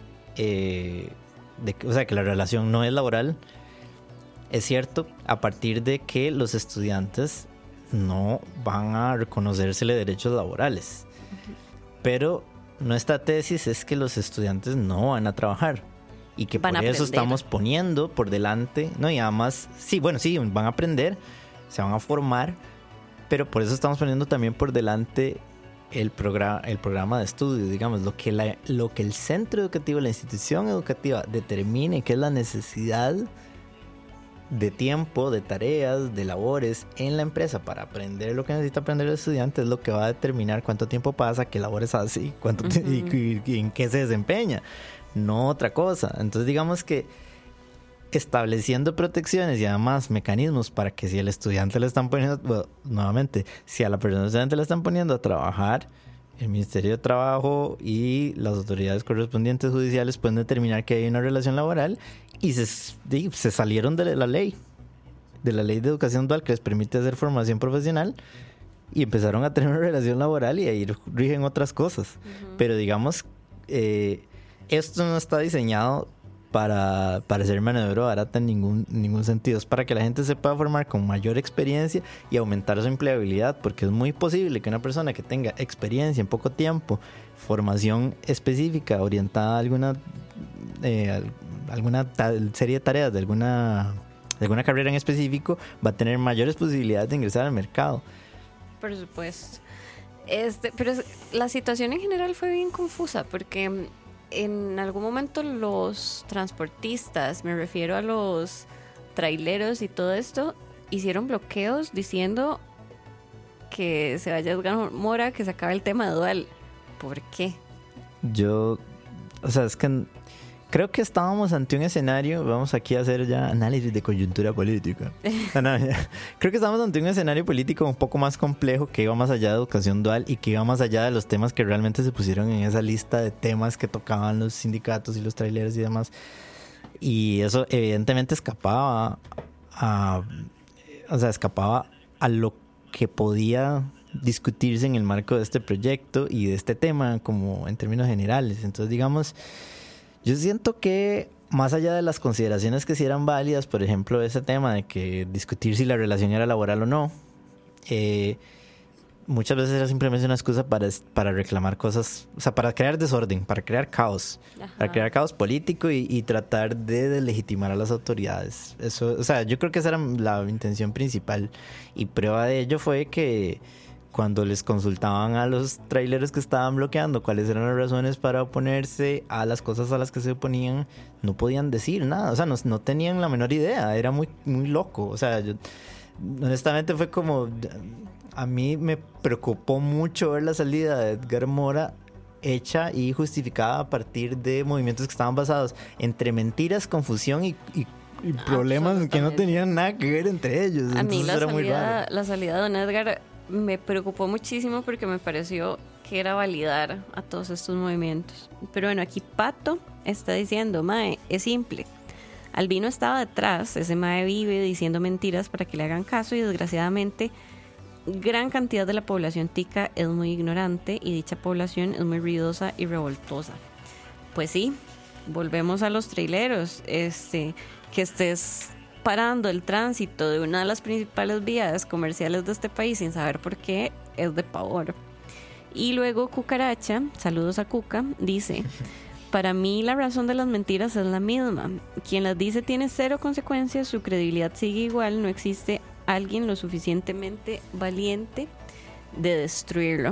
S3: eh, de, o sea, que la relación no es laboral, es cierto, a partir de que los estudiantes no van a reconocérsele derechos laborales. Uh-huh. Pero nuestra tesis es que los estudiantes no van a trabajar y que van por eso estamos poniendo por delante, no, y además, sí, bueno, sí, van a aprender, se van a formar, pero por eso estamos poniendo también por delante el programa, el programa de estudio, digamos, lo que, la, lo que el centro educativo, la institución educativa determine que es la necesidad de tiempo, de tareas, de labores en la empresa para aprender lo que necesita aprender el estudiante, es lo que va a determinar cuánto tiempo pasa, qué labores hace y, cuánto uh-huh. y, y, y en qué se desempeña, no otra cosa. Entonces digamos que estableciendo protecciones y además mecanismos para que si el estudiante le están poniendo, bueno, nuevamente, si a la persona estudiante le están poniendo a trabajar, el Ministerio de Trabajo y las autoridades correspondientes judiciales pueden determinar que hay una relación laboral y se, se salieron de la ley, de la ley de educación dual que les permite hacer formación profesional y empezaron a tener una relación laboral y ahí rigen otras cosas. Uh-huh. Pero digamos, eh, esto no está diseñado para, para ser mano de obra barata en ningún, ningún sentido. Es para que la gente se pueda formar con mayor experiencia y aumentar su empleabilidad, porque es muy posible que una persona que tenga experiencia en poco tiempo, formación específica orientada a alguna, eh, alguna ta- serie de tareas de alguna, de alguna carrera en específico, va a tener mayores posibilidades de ingresar al mercado.
S2: Por supuesto. Este, pero la situación en general fue bien confusa porque en algún momento los transportistas, me refiero a los traileros y todo esto, hicieron bloqueos diciendo que se vaya Edgar Mora, que se acabe el tema de dual. ¿Por qué? Yo,
S3: o sea, es que creo que estábamos ante un escenario, vamos aquí a hacer ya análisis de coyuntura política. No, no, creo que estábamos ante un escenario político un poco más complejo que iba más allá de educación dual y que iba más allá de los temas que realmente se pusieron en esa lista de temas que tocaban los sindicatos y los traileros y demás. Y eso evidentemente escapaba a, o sea, escapaba a lo que podía discutirse en el marco de este proyecto y de este tema como en términos generales. Entonces, digamos, yo siento que más allá de las consideraciones que sí eran válidas, por ejemplo, ese tema de que discutir si la relación era laboral o no, eh, muchas veces era simplemente una excusa para, para reclamar cosas, o sea, para crear desorden, para crear caos, Ajá. para crear caos político y, y tratar de deslegitimar a las autoridades. Eso, o sea, yo creo que esa era la intención principal y prueba de ello fue que cuando les consultaban a los traileros que estaban bloqueando cuáles eran las razones para oponerse a las cosas a las que se oponían, no podían decir nada, o sea, no, no tenían la menor idea, era muy, muy loco, o sea, yo, honestamente fue como, a mí me preocupó mucho ver la salida de Edgar Mora hecha y justificada a partir de movimientos que estaban basados entre mentiras, confusión y, y y problemas que no tenían nada que ver entre ellos.
S2: A mí la, era salida, muy raro. La salida de don Edgar me preocupó muchísimo porque me pareció que era validar a todos estos movimientos. Pero bueno, aquí Pato está diciendo, mae, es simple. Albino estaba detrás, ese mae vive diciendo mentiras para que le hagan caso y desgraciadamente gran cantidad de la población tica es muy ignorante y dicha población es muy ruidosa y revoltosa. Pues sí, volvemos a los traileros, este, que estés parando el tránsito de una de las principales vías comerciales de este país sin saber por qué es de pavor. Y luego Cucaracha, saludos a Cuca, dice: para mí la razón de las mentiras es la misma. Quien las dice tiene cero consecuencias, su credibilidad sigue igual, no existe alguien lo suficientemente valiente de destruirlo.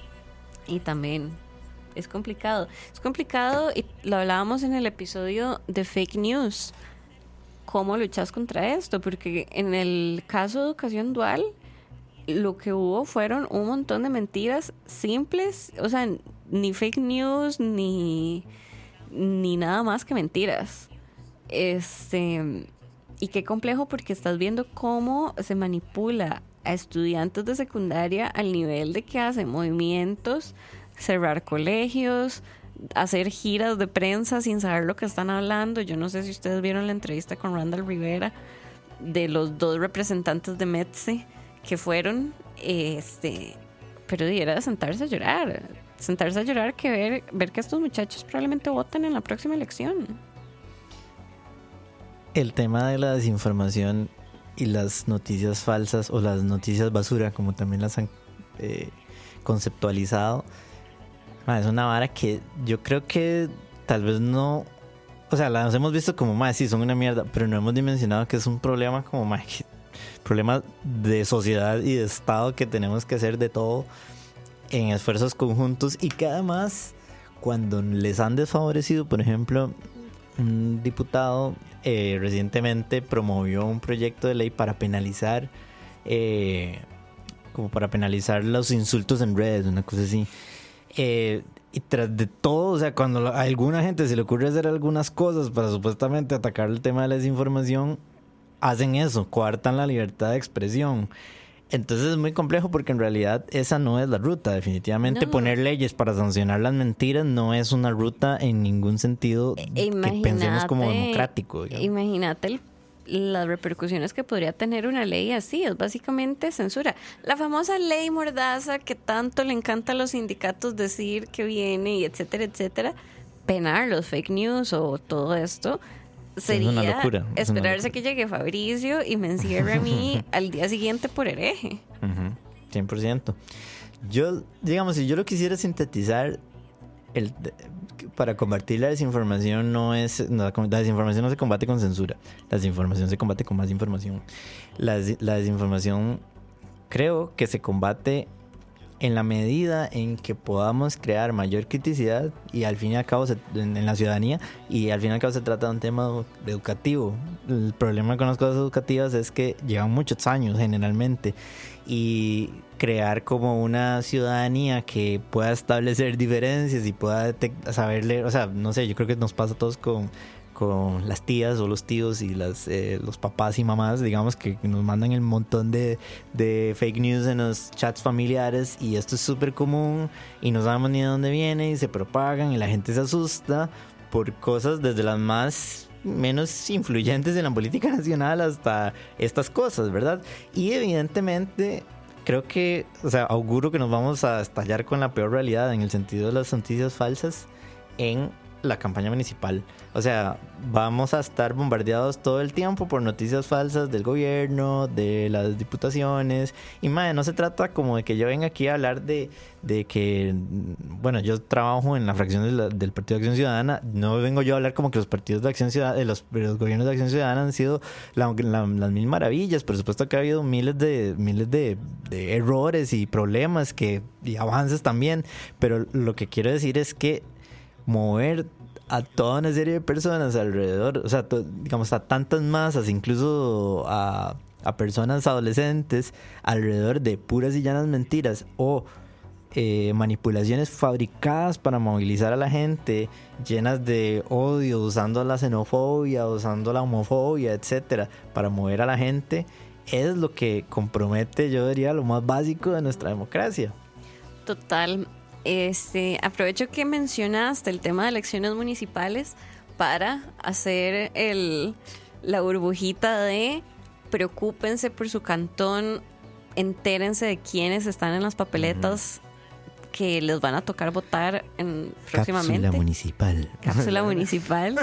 S2: Y también es complicado. Es complicado y lo hablábamos en el episodio de fake news. ¿Cómo luchas contra esto? Porque en el caso de educación dual, lo que hubo fueron un montón de mentiras simples, o sea, ni fake news, ni, ni nada más que mentiras. Este, y qué complejo porque estás viendo cómo se manipula a estudiantes de secundaria al nivel de que hacen movimientos, cerrar colegios, hacer giras de prensa sin saber lo que están hablando. Yo no sé si ustedes vieron la entrevista con Randall Rivera de los dos representantes de METSE que fueron, este, pero era de sentarse a llorar, sentarse a llorar que ver, ver que estos muchachos probablemente voten en la próxima elección.
S3: El tema de la desinformación y las noticias falsas o las noticias basura, como también las han eh, conceptualizado, ma, es una vara que yo creo que tal vez no, o sea, las hemos visto como, ma, sí, son una mierda, pero no hemos dimensionado que es un problema como, ma, que, problema de sociedad y de Estado que tenemos que hacer de todo en esfuerzos conjuntos, y que además cuando les han desfavorecido, por ejemplo, un diputado eh, recientemente promovió un proyecto de ley para penalizar eh, como para penalizar los insultos en redes, una cosa así. Eh, y tras de todo, o sea, cuando a alguna gente se le ocurre hacer algunas cosas para supuestamente atacar el tema de la desinformación, hacen eso, coartan la libertad de expresión. Entonces es muy complejo porque en realidad esa no es la ruta. Definitivamente no. Poner leyes para sancionar las mentiras no es una ruta en ningún sentido e que pensemos como democrático.
S2: Imagínate el las repercusiones que podría tener una ley así. Es básicamente censura. La famosa ley Mordaza que tanto le encanta a los sindicatos decir que viene y etcétera, etcétera. Penar los fake news o todo esto sería
S3: es una locura, es
S2: esperarse
S3: una locura.
S2: Que llegue Fabricio y me encierre a mí al día siguiente por hereje.
S3: Uh-huh. cien por ciento. Yo, digamos, si yo lo quisiera sintetizar, el, para combatir la desinformación no es no, la desinformación no se combate con censura, la desinformación se combate con más información. La, la desinformación creo que se combate en la medida en que podamos crear mayor criticidad y al fin y al cabo se, en, en la ciudadanía, y al fin y al cabo se trata de un tema educativo. El problema con las cosas educativas es que llevan muchos años generalmente, y crear como una ciudadanía que pueda establecer diferencias y pueda saber leer, o sea, no sé, yo creo que nos pasa a todos con con las tías o los tíos y las eh, los papás y mamás, digamos, que nos mandan el montón de, de fake news en los chats familiares, y esto es súper común y no sabemos ni de dónde viene y se propagan y la gente se asusta por cosas desde las más menos influyentes en la política nacional hasta estas cosas, ¿verdad? Y evidentemente creo que, o sea, auguro que nos vamos a estallar con la peor realidad en el sentido de las noticias falsas en la campaña municipal. O sea, vamos a estar bombardeados todo el tiempo por noticias falsas del gobierno, de las diputaciones. Y madre, no se trata como de que yo venga aquí a hablar de, de que, bueno, yo trabajo en la fracción de la, del Partido de Acción Ciudadana. No vengo yo a hablar como que los partidos de Acción Ciudadana, de los, de los gobiernos de Acción Ciudadana han sido la, la, las mil maravillas. Por supuesto que ha habido miles de miles de, de errores y problemas que, y avances también. Pero lo que quiero decir es que mover a toda una serie de personas alrededor, o sea, to, digamos, a tantas masas, incluso a, a personas adolescentes, alrededor de puras y llanas mentiras o eh, manipulaciones fabricadas para movilizar a la gente, llenas de odio, usando la xenofobia, usando la homofobia, etcétera, para mover a la gente, es lo que compromete, yo diría, lo más básico de nuestra democracia.
S2: Total. Este, aprovecho que mencionaste el tema de elecciones municipales para hacer el, la burbujita de preocúpense por su cantón, entérense de quiénes están en las papeletas uh-huh. que les van a tocar votar en, próximamente.
S3: Cápsula municipal.
S2: Cápsula municipal.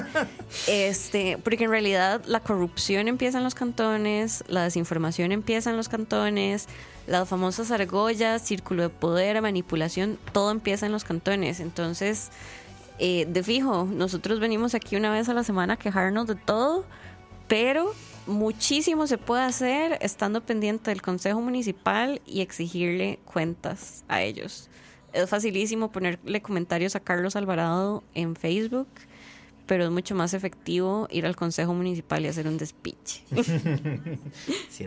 S2: Este, porque en realidad la corrupción empieza en los cantones, la desinformación empieza en los cantones, las famosas argollas, círculo de poder, manipulación, todo empieza en los cantones. Entonces, eh, de fijo, nosotros venimos aquí una vez a la semana a quejarnos de todo, pero muchísimo se puede hacer estando pendiente del Consejo Municipal y exigirle cuentas a ellos. Es facilísimo ponerle comentarios a Carlos Alvarado en Facebook, pero es mucho más efectivo ir al Consejo Municipal y hacer un despiche.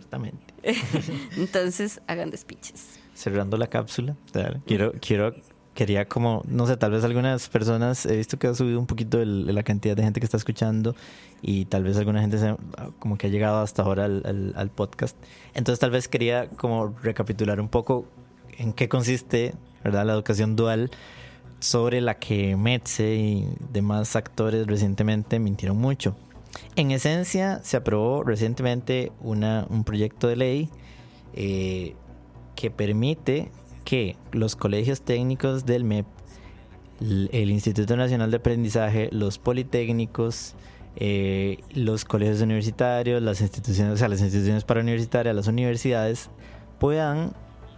S3: Ciertamente.
S2: Entonces, hagan despiches.
S3: Cerrando la cápsula, quiero, quiero quería como, no sé, tal vez algunas personas, he visto que ha subido un poquito el, la cantidad de gente que está escuchando y tal vez alguna gente se, como que ha llegado hasta ahora al, al, al podcast. Entonces tal vez quería como recapitular un poco en qué consiste, ¿verdad?, la educación dual, sobre la que Metze y demás actores recientemente mintieron mucho. En esencia, se aprobó recientemente una, un proyecto de ley eh, que permite que los colegios técnicos del M E P, el Instituto Nacional de Aprendizaje, los politécnicos, eh, los colegios universitarios, las instituciones, o sea, las instituciones parauniversitarias, las universidades, puedan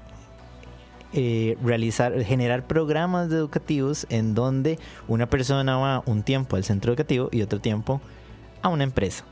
S3: eh, realizar, generar programas educativos en donde una persona va un tiempo al centro educativo y otro tiempo a una empresa.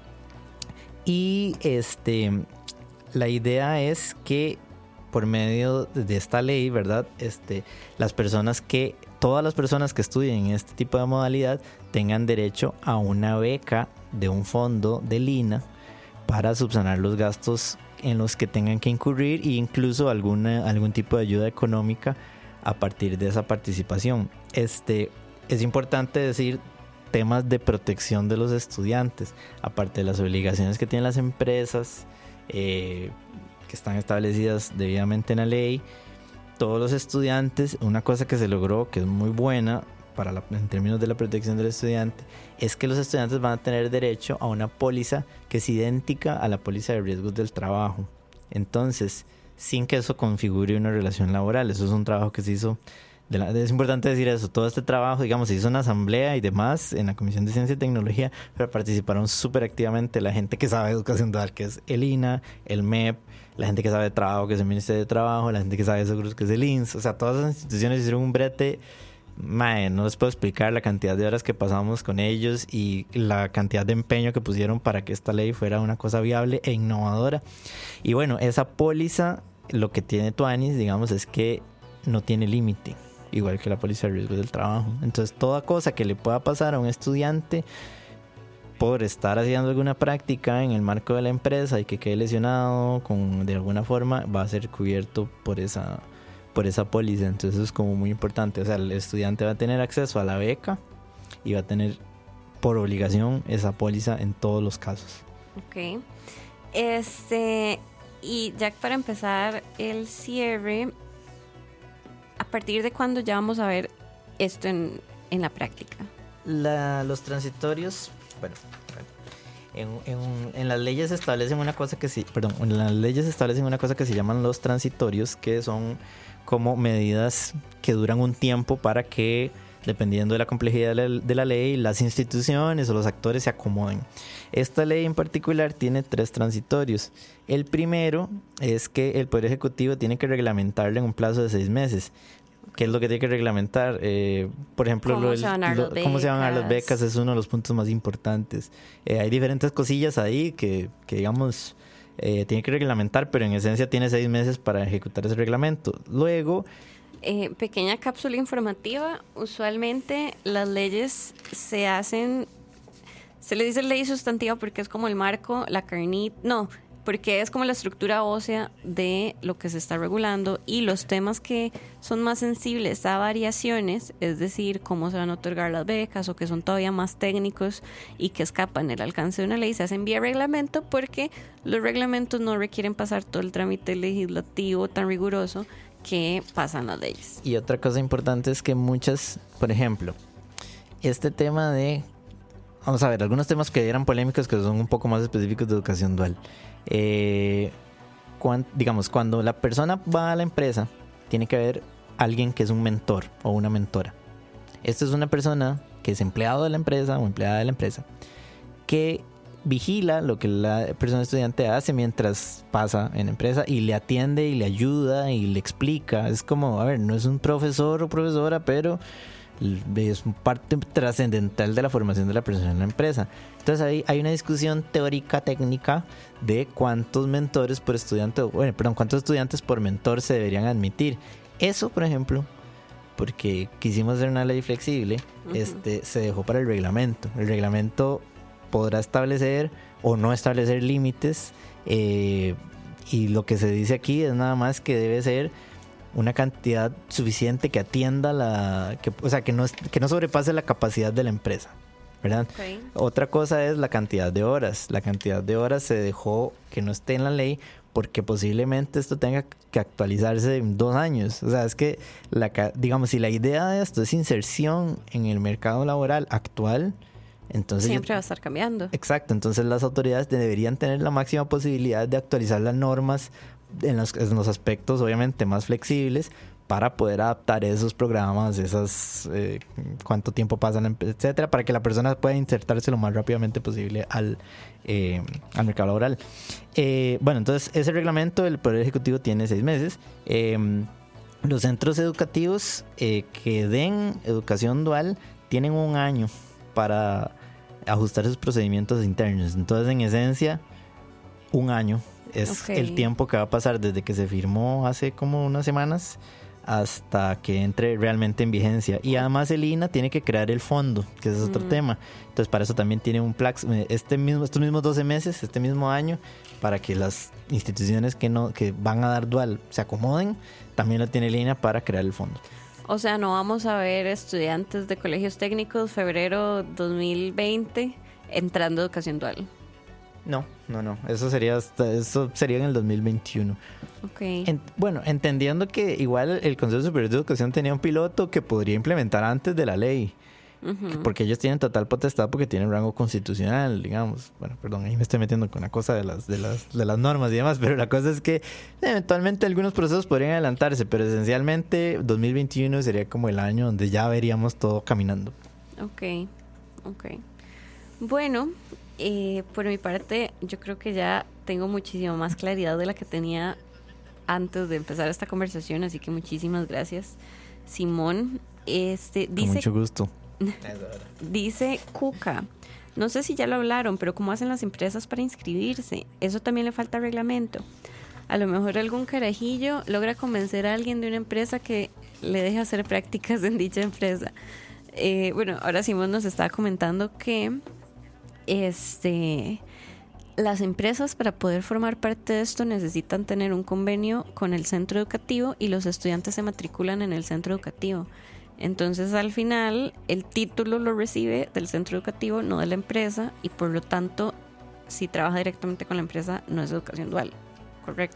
S3: Y este, la idea es que por medio de esta ley, ¿verdad?, Este, las personas que, todas las personas que estudien en este tipo de modalidad tengan derecho a una beca de un fondo del I N A para subsanar los gastos en los que tengan que incurrir e incluso alguna, algún tipo de ayuda económica a partir de esa participación. Este, es importante decir temas de protección de los estudiantes, aparte de las obligaciones que tienen las empresas, eh, que están establecidas debidamente en la ley. Todos los estudiantes, una cosa que se logró que es muy buena para la, en términos de la protección del estudiante, es que los estudiantes van a tener derecho a una póliza que es idéntica a la póliza de riesgos del trabajo. Entonces, sin que eso configure una relación laboral, eso es un trabajo que se hizo, de la, es importante decir eso, todo este trabajo, digamos, se hizo en asamblea y demás en la Comisión de Ciencia y Tecnología, pero participaron súper activamente la gente que sabe educación dual, que es el I N A, el M E P, la gente que sabe de trabajo, que es el Ministerio de Trabajo, la gente que sabe de seguros, que es el I N S. O sea, todas esas instituciones hicieron un brete. Mae, no les puedo explicar la cantidad de horas que pasamos con ellos y la cantidad de empeño que pusieron para que esta ley fuera una cosa viable e innovadora. Y bueno, esa póliza, lo que tiene Tuanis, digamos, es que no tiene límite, igual que la póliza de riesgos del trabajo. Entonces, toda cosa que le pueda pasar a un estudiante por estar haciendo alguna práctica en el marco de la empresa y que quede lesionado con, de alguna forma, va a ser cubierto por esa, por esa póliza. Entonces eso es como muy importante. O sea, el estudiante va a tener acceso a la beca y va a tener por obligación esa póliza en todos los casos.
S2: Ok. Este, y ya para empezar el cierre, ¿a partir de cuándo ya vamos a ver esto en, en la práctica?
S3: La, los transitorios, bueno, en, en, en las leyes establecen una cosa que sí, perdón, en las leyes establecen una cosa que se llaman los transitorios, que son como medidas que duran un tiempo para que, dependiendo de la complejidad de la, de la ley, las instituciones o los actores se acomoden. Esta ley en particular tiene tres transitorios. El primero es que el Poder Ejecutivo tiene que reglamentarle en un plazo de seis meses. ¿Qué es lo que tiene que reglamentar? Eh, por ejemplo,
S2: ¿Cómo,
S3: lo,
S2: se van a
S3: lo, cómo se van a dar las becas es uno de los puntos más importantes. Eh, hay diferentes cosillas ahí que, que digamos, eh, tiene que reglamentar, pero en esencia tiene seis meses para ejecutar ese reglamento. Luego...
S2: Eh, pequeña cápsula informativa. Usualmente las leyes se hacen, se le dice ley sustantiva porque es como el marco, la carnita, no, porque es como la estructura ósea de lo que se está regulando, y los temas que son más sensibles a variaciones, es decir, cómo se van a otorgar las becas o que son todavía más técnicos y que escapan el alcance de una ley, se hacen vía reglamento, porque los reglamentos no requieren pasar todo el trámite legislativo tan riguroso que pasan las leyes.
S3: Y otra cosa importante es que muchas, por ejemplo, este tema de, vamos a ver, algunos temas que eran polémicos que son un poco más específicos de educación dual. Eh, cuan, digamos, cuando la persona va a la empresa, tiene que haber alguien que es un mentor o una mentora. Esta es una persona que es empleado de la empresa o empleada de la empresa, que vigila lo que la persona estudiante hace mientras pasa en la empresa y le atiende y le ayuda y le explica. Es como, a ver, no es un profesor o profesora, pero es parte trascendental de la formación de la persona en la empresa. Entonces ahí hay una discusión teórica técnica de cuántos mentores por estudiante, bueno, perdón, cuántos estudiantes por mentor se deberían admitir. Eso, por ejemplo, porque quisimos hacer una ley flexible, uh-huh. este se dejó para el reglamento. El reglamento podrá establecer o no establecer límites, eh, y lo que se dice aquí es nada más que debe ser una cantidad suficiente que atienda la, que, o sea, que no, que no sobrepase la capacidad de la empresa, ¿verdad?
S2: Okay.
S3: Otra cosa es la cantidad de horas. La cantidad de horas se dejó que no esté en la ley porque posiblemente esto tenga que actualizarse en dos años. O sea, es que, la, digamos, si la idea de esto es inserción en el mercado laboral actual, entonces
S2: siempre
S3: yo,
S2: va a estar cambiando.
S3: Exacto, entonces las autoridades deberían tener la máxima posibilidad de actualizar las normas en los, en los aspectos obviamente más flexibles para poder adaptar esos programas, esas eh, cuánto tiempo pasan, etcétera, para que la persona pueda insertarse lo más rápidamente posible al, eh, al mercado laboral. Eh, bueno, entonces ese reglamento del Poder Ejecutivo tiene seis meses. Eh, los centros educativos eh, que den educación dual tienen un año para ajustar sus procedimientos internos. Entonces, en esencia, un año es okay. el tiempo que va a pasar desde que se firmó hace como unas semanas hasta que entre realmente en vigencia. Y además el I N A tiene que crear el fondo, que ese es otro mm. tema. Entonces, para eso también tiene un plazo, este mismo, estos mismos doce meses, este mismo año, para que las instituciones que no que van a dar dual se acomoden, también lo tiene el I N A para crear el fondo.
S2: O sea, no vamos a ver estudiantes de colegios técnicos febrero dos mil veinte entrando a educación dual.
S3: No, no, no. Eso sería hasta, eso sería en el dos mil veintiuno.
S2: Okay.
S3: En, bueno, entendiendo que igual el Consejo Superior de Educación tenía un piloto que podría implementar antes de la ley. Uh-huh. Porque ellos tienen total potestad porque tienen rango constitucional, digamos. Bueno, perdón, ahí me estoy metiendo con la cosa de las, de las, de las normas y demás, pero la cosa es que eventualmente algunos procesos podrían adelantarse, pero esencialmente dos mil veintiuno sería como el año donde ya veríamos todo caminando.
S2: Ok, ok. Bueno, eh, por mi parte, yo creo que ya tengo muchísima más claridad de la que tenía antes de empezar esta conversación, así que muchísimas gracias, Simón. Este, dice,
S3: con mucho gusto.
S2: Dice Cuca, no sé si ya lo hablaron, pero ¿cómo hacen las empresas para inscribirse? Eso también le falta reglamento. A lo mejor algún carajillo logra convencer a alguien de una empresa que le deje hacer prácticas en dicha empresa. Eh, bueno, ahora Simón nos estaba comentando que este, las empresas para poder formar parte de esto necesitan tener un convenio con el centro educativo y los estudiantes se matriculan en el centro educativo. Entonces, al final, el título lo recibe del centro educativo, no de la empresa, y por lo tanto, si trabaja directamente con la empresa, no es educación dual, ¿correcto?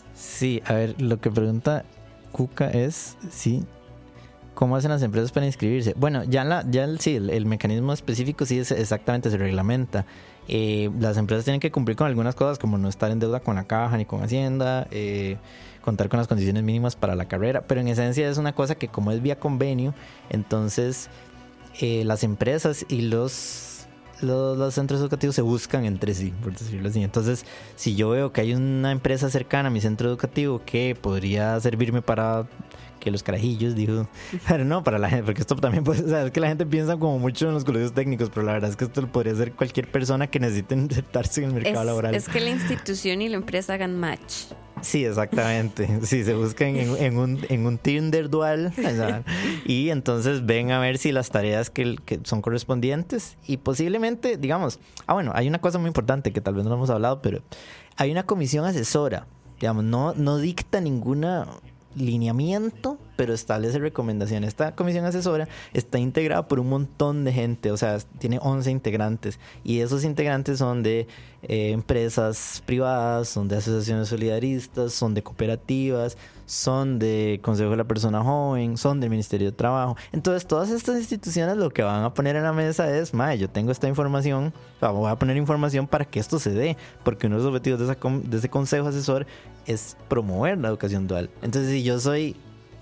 S3: Sí, a ver, lo que pregunta Cuca es, sí, ¿cómo hacen las empresas para inscribirse? Bueno, ya, la, ya el, sí, el, el mecanismo específico sí es exactamente, se reglamenta. Eh, las empresas tienen que cumplir con algunas cosas, como no estar en deuda con la caja ni con Hacienda, eh... contar con las condiciones mínimas para la carrera, pero en esencia es una cosa que como es vía convenio, entonces eh, las empresas y los, los los centros educativos se buscan entre sí, por decirlo así. Entonces, si yo veo que hay una empresa cercana a mi centro educativo que podría servirme para que los carajillos, digo, pero no, para la gente, porque esto también puede, o sea, es que la gente piensa como mucho en los colegios técnicos, pero la verdad es que esto lo podría hacer cualquier persona que necesite insertarse en el mercado
S2: es,
S3: laboral.
S2: Es que la institución y la empresa hagan match.
S3: Sí, exactamente. Sí, se buscan en, en, un, en un Tinder dual, ¿sabes? Y entonces ven a ver si las tareas que, que son correspondientes y posiblemente, digamos, ah bueno, hay una cosa muy importante que tal vez no hemos hablado, pero hay una comisión asesora, digamos, no, no dicta ninguna lineamiento, pero establece recomendaciones. Esta comisión asesora está integrada por un montón de gente, o sea, tiene once integrantes y esos integrantes son de eh, empresas privadas, son de asociaciones solidaristas, son de cooperativas, son de Consejo de la Persona Joven, son del Ministerio de Trabajo. Entonces, todas estas instituciones lo que van a poner en la mesa es, mae, yo tengo esta información, o sea, voy a poner información para que esto se dé, porque uno de los objetivos de, esa, de ese consejo asesor es promover la educación dual. Entonces, si yo soy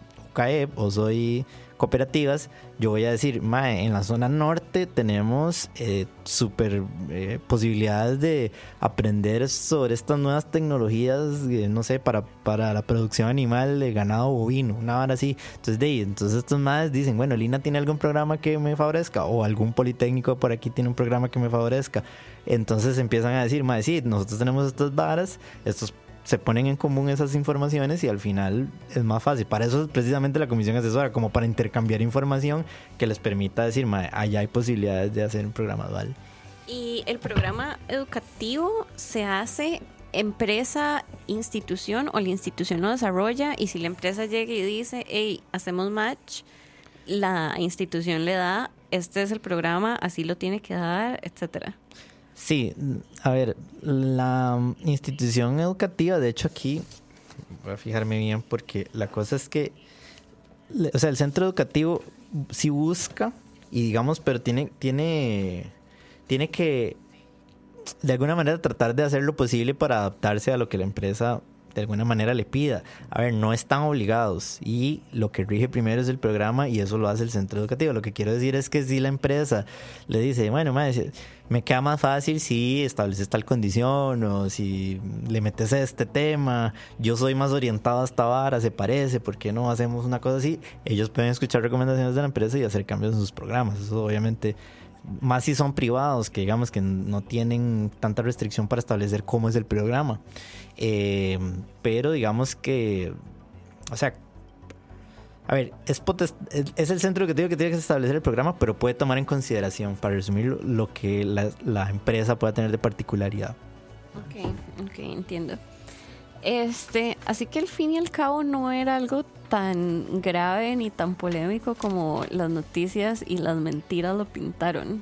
S3: C A E P o soy cooperativas, yo voy a decir, mae, en la zona norte tenemos eh, super eh, posibilidades de aprender sobre estas nuevas tecnologías, eh, no sé, para, para la producción animal de ganado bovino, una hora así. Entonces, de ahí, entonces estos maes dicen, bueno, el I N A tiene algún programa que me favorezca, o algún politécnico por aquí tiene un programa que me favorezca. Entonces empiezan a decir, mae, sí, nosotros tenemos estas varas, estos se ponen en común esas informaciones y al final es más fácil. Para eso es precisamente la comisión asesora, como para intercambiar información que les permita decir, mae, allá hay posibilidades de hacer un programa dual.
S2: ¿Y el programa educativo se hace empresa, institución, o la institución lo desarrolla, y si la empresa llega y dice, hey, hacemos match, la institución le da, este es el programa, así lo tiene que dar, etcétera.
S3: Sí, a ver, la institución educativa, de hecho aquí, voy a fijarme bien porque la cosa es que, o sea, el centro educativo sí busca, y digamos, pero tiene, tiene, tiene que de alguna manera tratar de hacer lo posible para adaptarse a lo que la empresa de alguna manera le pida. A ver, no están obligados, y lo que rige primero es el programa, y eso lo hace el centro educativo. Lo que quiero decir es que si la empresa le dice, bueno, madre, me queda más fácil si estableces tal condición, o si le metes a este tema, yo soy más orientado a esta vara, se parece, ¿por qué no hacemos una cosa así? Ellos pueden escuchar recomendaciones de la empresa y hacer cambios en sus programas. Eso obviamente, más si son privados, que digamos que no tienen tanta restricción para establecer cómo es el programa. Eh, pero digamos que, o sea, a ver, es, potest- es el centro educativo que tiene que establecer el programa, pero puede tomar en consideración, para resumir, lo, lo que la, la empresa pueda tener de particularidad.
S2: Ok, ok, entiendo. Este, así que al fin y al cabo no era algo tan grave ni tan polémico como las noticias y las mentiras lo pintaron.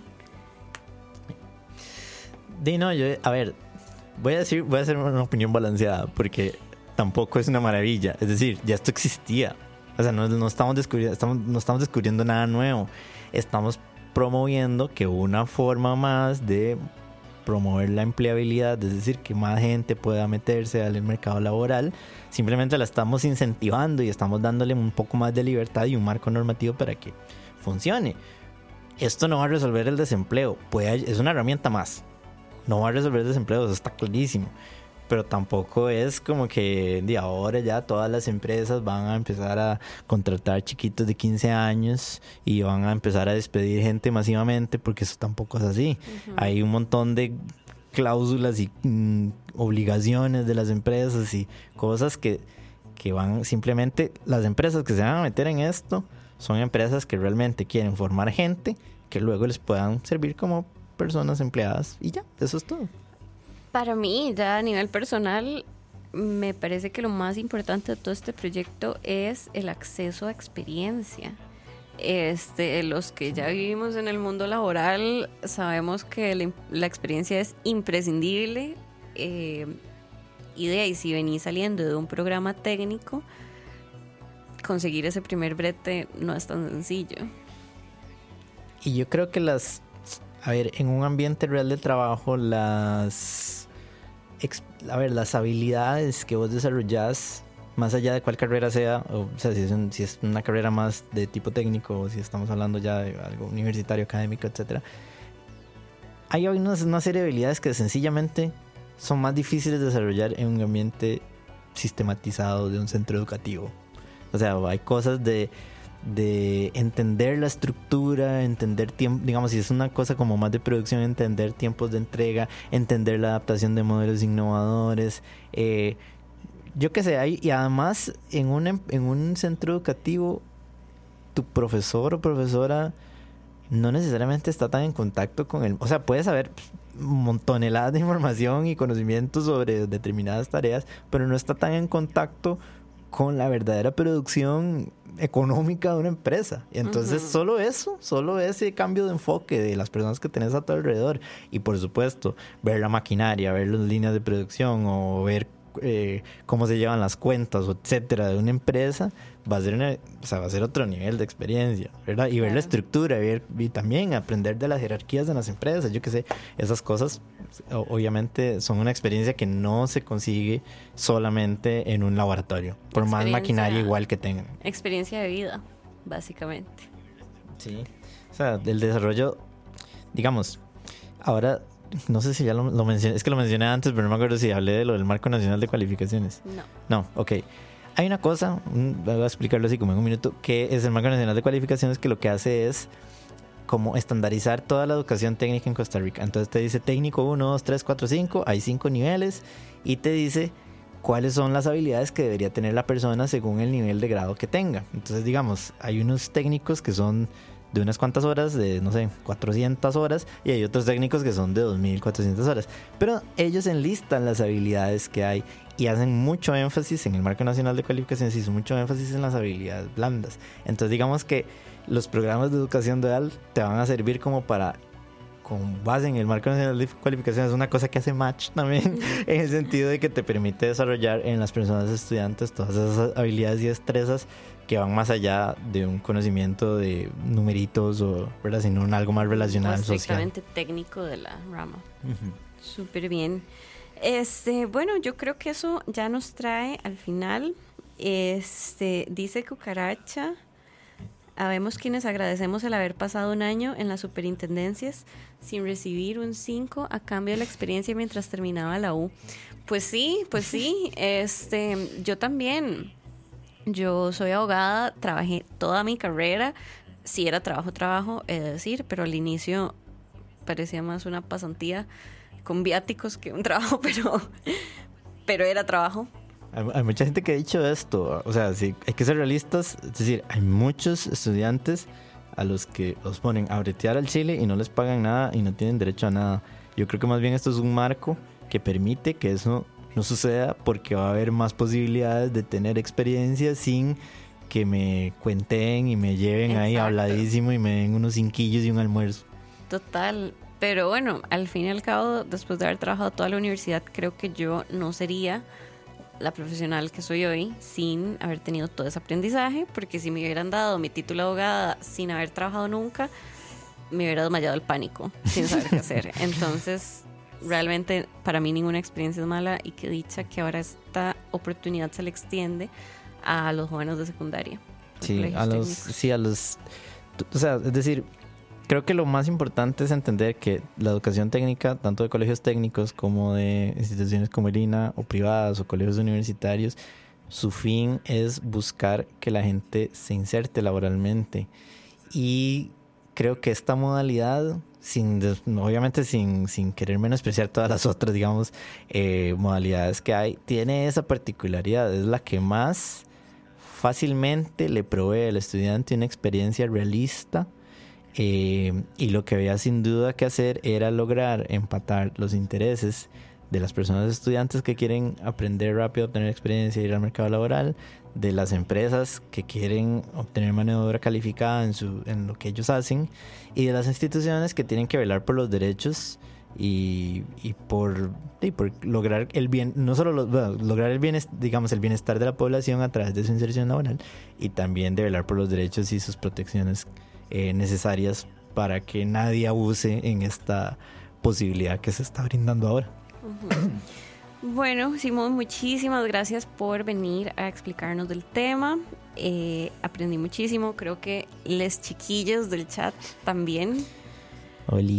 S3: De no, yo, a ver, voy a decir, voy a hacer una opinión balanceada, porque tampoco es una maravilla. Es decir, ya esto existía. O sea, no, no estamos descubriendo, estamos, no estamos descubriendo nada nuevo. Estamos promoviendo que una forma más de promover la empleabilidad, es decir, que más gente pueda meterse al mercado laboral, simplemente la estamos incentivando y estamos dándole un poco más de libertad y un marco normativo para que funcione. Esto no va a resolver el desempleo, puede, es una herramienta más, no va a resolver el desempleo, eso está clarísimo, pero tampoco es como que de ahora ya todas las empresas van a empezar a contratar chiquitos de quince años y van a empezar a despedir gente masivamente, porque eso tampoco es así. Uh-huh. Hay un montón de cláusulas y mm, obligaciones de las empresas y cosas que, que van simplemente, las empresas que se van a meter en esto son empresas que realmente quieren formar gente que luego les puedan servir como personas empleadas, y ya, eso es todo.
S2: Para mí, ya a nivel personal, me parece que lo más importante de todo este proyecto es el acceso a experiencia. Este, los que ya vivimos en el mundo laboral sabemos que la, la experiencia es imprescindible, eh, y de ahí, si venís saliendo de un programa técnico, conseguir ese primer brete no es tan sencillo.
S3: Y yo creo que las, a ver, en un ambiente real de trabajo, las a ver, las habilidades que vos desarrollás, más allá de cuál carrera sea, o, o sea, si es, un, si es una carrera más de tipo técnico, o si estamos hablando ya de algo universitario, académico, etcétera, hay una, una serie de habilidades que sencillamente son más difíciles de desarrollar en un ambiente sistematizado de un centro educativo. O sea, hay cosas de de entender la estructura, entender tiempo, digamos, si es una cosa como más de producción, entender tiempos de entrega, entender la adaptación de modelos innovadores, eh, yo qué sé, hay, y además en un, en un centro educativo tu profesor o profesora no necesariamente está tan en contacto con el, o sea, puede saber toneladas de información y conocimientos sobre determinadas tareas, pero no está tan en contacto con la verdadera producción económica de una empresa. Y entonces uh-huh. solo eso, solo ese cambio de enfoque de las personas que tenés a tu alrededor, y por supuesto ver la maquinaria, ver las líneas de producción, o ver eh, cómo se llevan las cuentas, etcétera, de una empresa, va a ser una, o sea, va a ser otro nivel de experiencia, ¿verdad? Y ver claro. la estructura, ver, y también aprender de las jerarquías de las empresas, yo qué sé, esas cosas obviamente son una experiencia que no se consigue solamente en un laboratorio, por más maquinaria igual que tengan.
S2: Experiencia de vida, básicamente.
S3: Sí, o sea, el desarrollo, digamos, ahora no sé si ya lo, lo mencioné, es que lo mencioné antes, pero no me acuerdo si hablé de lo del Marco Nacional de Cualificaciones.
S2: No.
S3: No, ok. Hay una cosa, voy a explicarlo así como en un minuto, que es el Marco Nacional de Cualificaciones, que lo que hace es como estandarizar toda la educación técnica en Costa Rica. Entonces te dice técnico uno, dos, tres, cuatro, cinco, hay cinco niveles, y te dice cuáles son las habilidades que debería tener la persona según el nivel de grado que tenga. Entonces, digamos, hay unos técnicos que son de unas cuantas horas, de no sé, cuatrocientas horas, y hay otros técnicos que son de dos mil cuatrocientas horas. Pero ellos enlistan las habilidades que hay y hacen mucho énfasis en el Marco Nacional de Cualificaciones, hizo mucho énfasis en las habilidades blandas. Entonces digamos que los programas de educación dual te van a servir como para, con base en el Marco Nacional de Cualificaciones, es una cosa que hace match también en el sentido de que te permite desarrollar en las personas estudiantes todas esas habilidades y destrezas que van más allá de un conocimiento de numeritos o, ¿verdad?, sino un algo más relacional, social.
S2: Estrictamente técnico de la rama. Uh-huh. Súper bien. Este, bueno, yo creo que eso ya nos trae al final. Este, dice Cucaracha: habemos quienes agradecemos el haber pasado un año en las superintendencias sin recibir un cinco a cambio de la experiencia mientras terminaba la U. Pues sí, pues sí. Este, yo también. Yo soy abogada, trabajé toda mi carrera. Sí era trabajo, trabajo, he de decir, pero al inicio parecía más una pasantía con viáticos que un trabajo, pero, pero era trabajo.
S3: Hay, hay mucha gente que ha dicho esto, o sea, sí, hay que ser realistas, es decir, hay muchos estudiantes a los que los ponen a bretear al Chile y no les pagan nada y no tienen derecho a nada. Yo creo que más bien esto es un marco que permite que eso no suceda, porque va a haber más posibilidades de tener experiencia sin que me cuenten y me lleven Exacto. ahí habladísimo y me den unos cinquillos y un almuerzo.
S2: Total, pero bueno, al fin y al cabo, después de haber trabajado toda la universidad, creo que yo no sería la profesional que soy hoy sin haber tenido todo ese aprendizaje, porque si me hubieran dado mi título de abogada sin haber trabajado nunca, me hubiera desmayado el pánico sin saber qué hacer. Entonces, realmente para mí ninguna experiencia es mala, y qué dicha que ahora esta oportunidad se le extiende a los jóvenes de secundaria.
S3: Sí, a los, sí, a los, o sea, es decir, creo que lo más importante es entender que la educación técnica, tanto de colegios técnicos como de instituciones como el I N A o privadas o colegios universitarios, su fin es buscar que la gente se inserte laboralmente. Y creo que esta modalidad, sin obviamente sin, sin querer menospreciar todas las otras, digamos, eh, modalidades que hay, tiene esa particularidad, es la que más fácilmente le provee al estudiante una experiencia realista. Eh, y lo que había sin duda que hacer era lograr empatar los intereses de las personas estudiantes que quieren aprender rápido, obtener experiencia y ir al mercado laboral, de las empresas que quieren obtener mano de obra calificada en, su, en lo que ellos hacen, y de las instituciones que tienen que velar por los derechos y, y, por, y por lograr el bien, no solo los, bueno, lograr el bienestar, digamos, el bienestar de la población a través de su inserción laboral, y también de velar por los derechos y sus protecciones Eh, necesarias para que nadie abuse en esta posibilidad que se está brindando ahora.
S2: Uh-huh. Bueno, Simón, muchísimas gracias por venir a explicarnos del tema. Eh, aprendí muchísimo, creo que les chiquillos del chat también.
S3: Oli.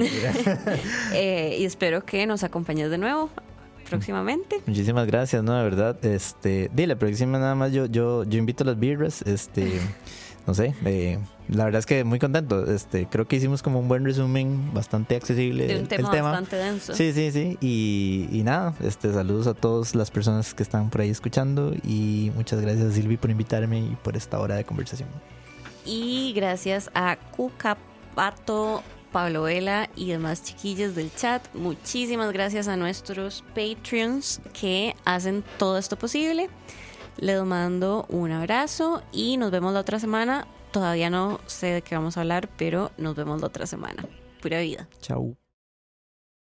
S2: eh, y espero que nos acompañes de nuevo próximamente.
S3: Muchísimas gracias, no, de verdad. Este, di, la próxima nada más yo, yo, yo invito a las birras, este. No sé, eh, la verdad es que muy contento. Este, creo que hicimos como un buen resumen bastante accesible
S2: de un tema, tema bastante denso.
S3: Sí, sí, sí. Y, y nada, este, saludos a todas las personas que están por ahí escuchando, y muchas gracias, Silvi, por invitarme y por esta hora de conversación.
S2: Y gracias a Cucapato, Pablo Vela y demás chiquillos del chat. Muchísimas gracias a nuestros Patreons que hacen todo esto posible. Les mando un abrazo y nos vemos la otra semana. Todavía no sé de qué vamos a hablar, pero nos vemos la otra semana. Pura vida.
S3: Chau.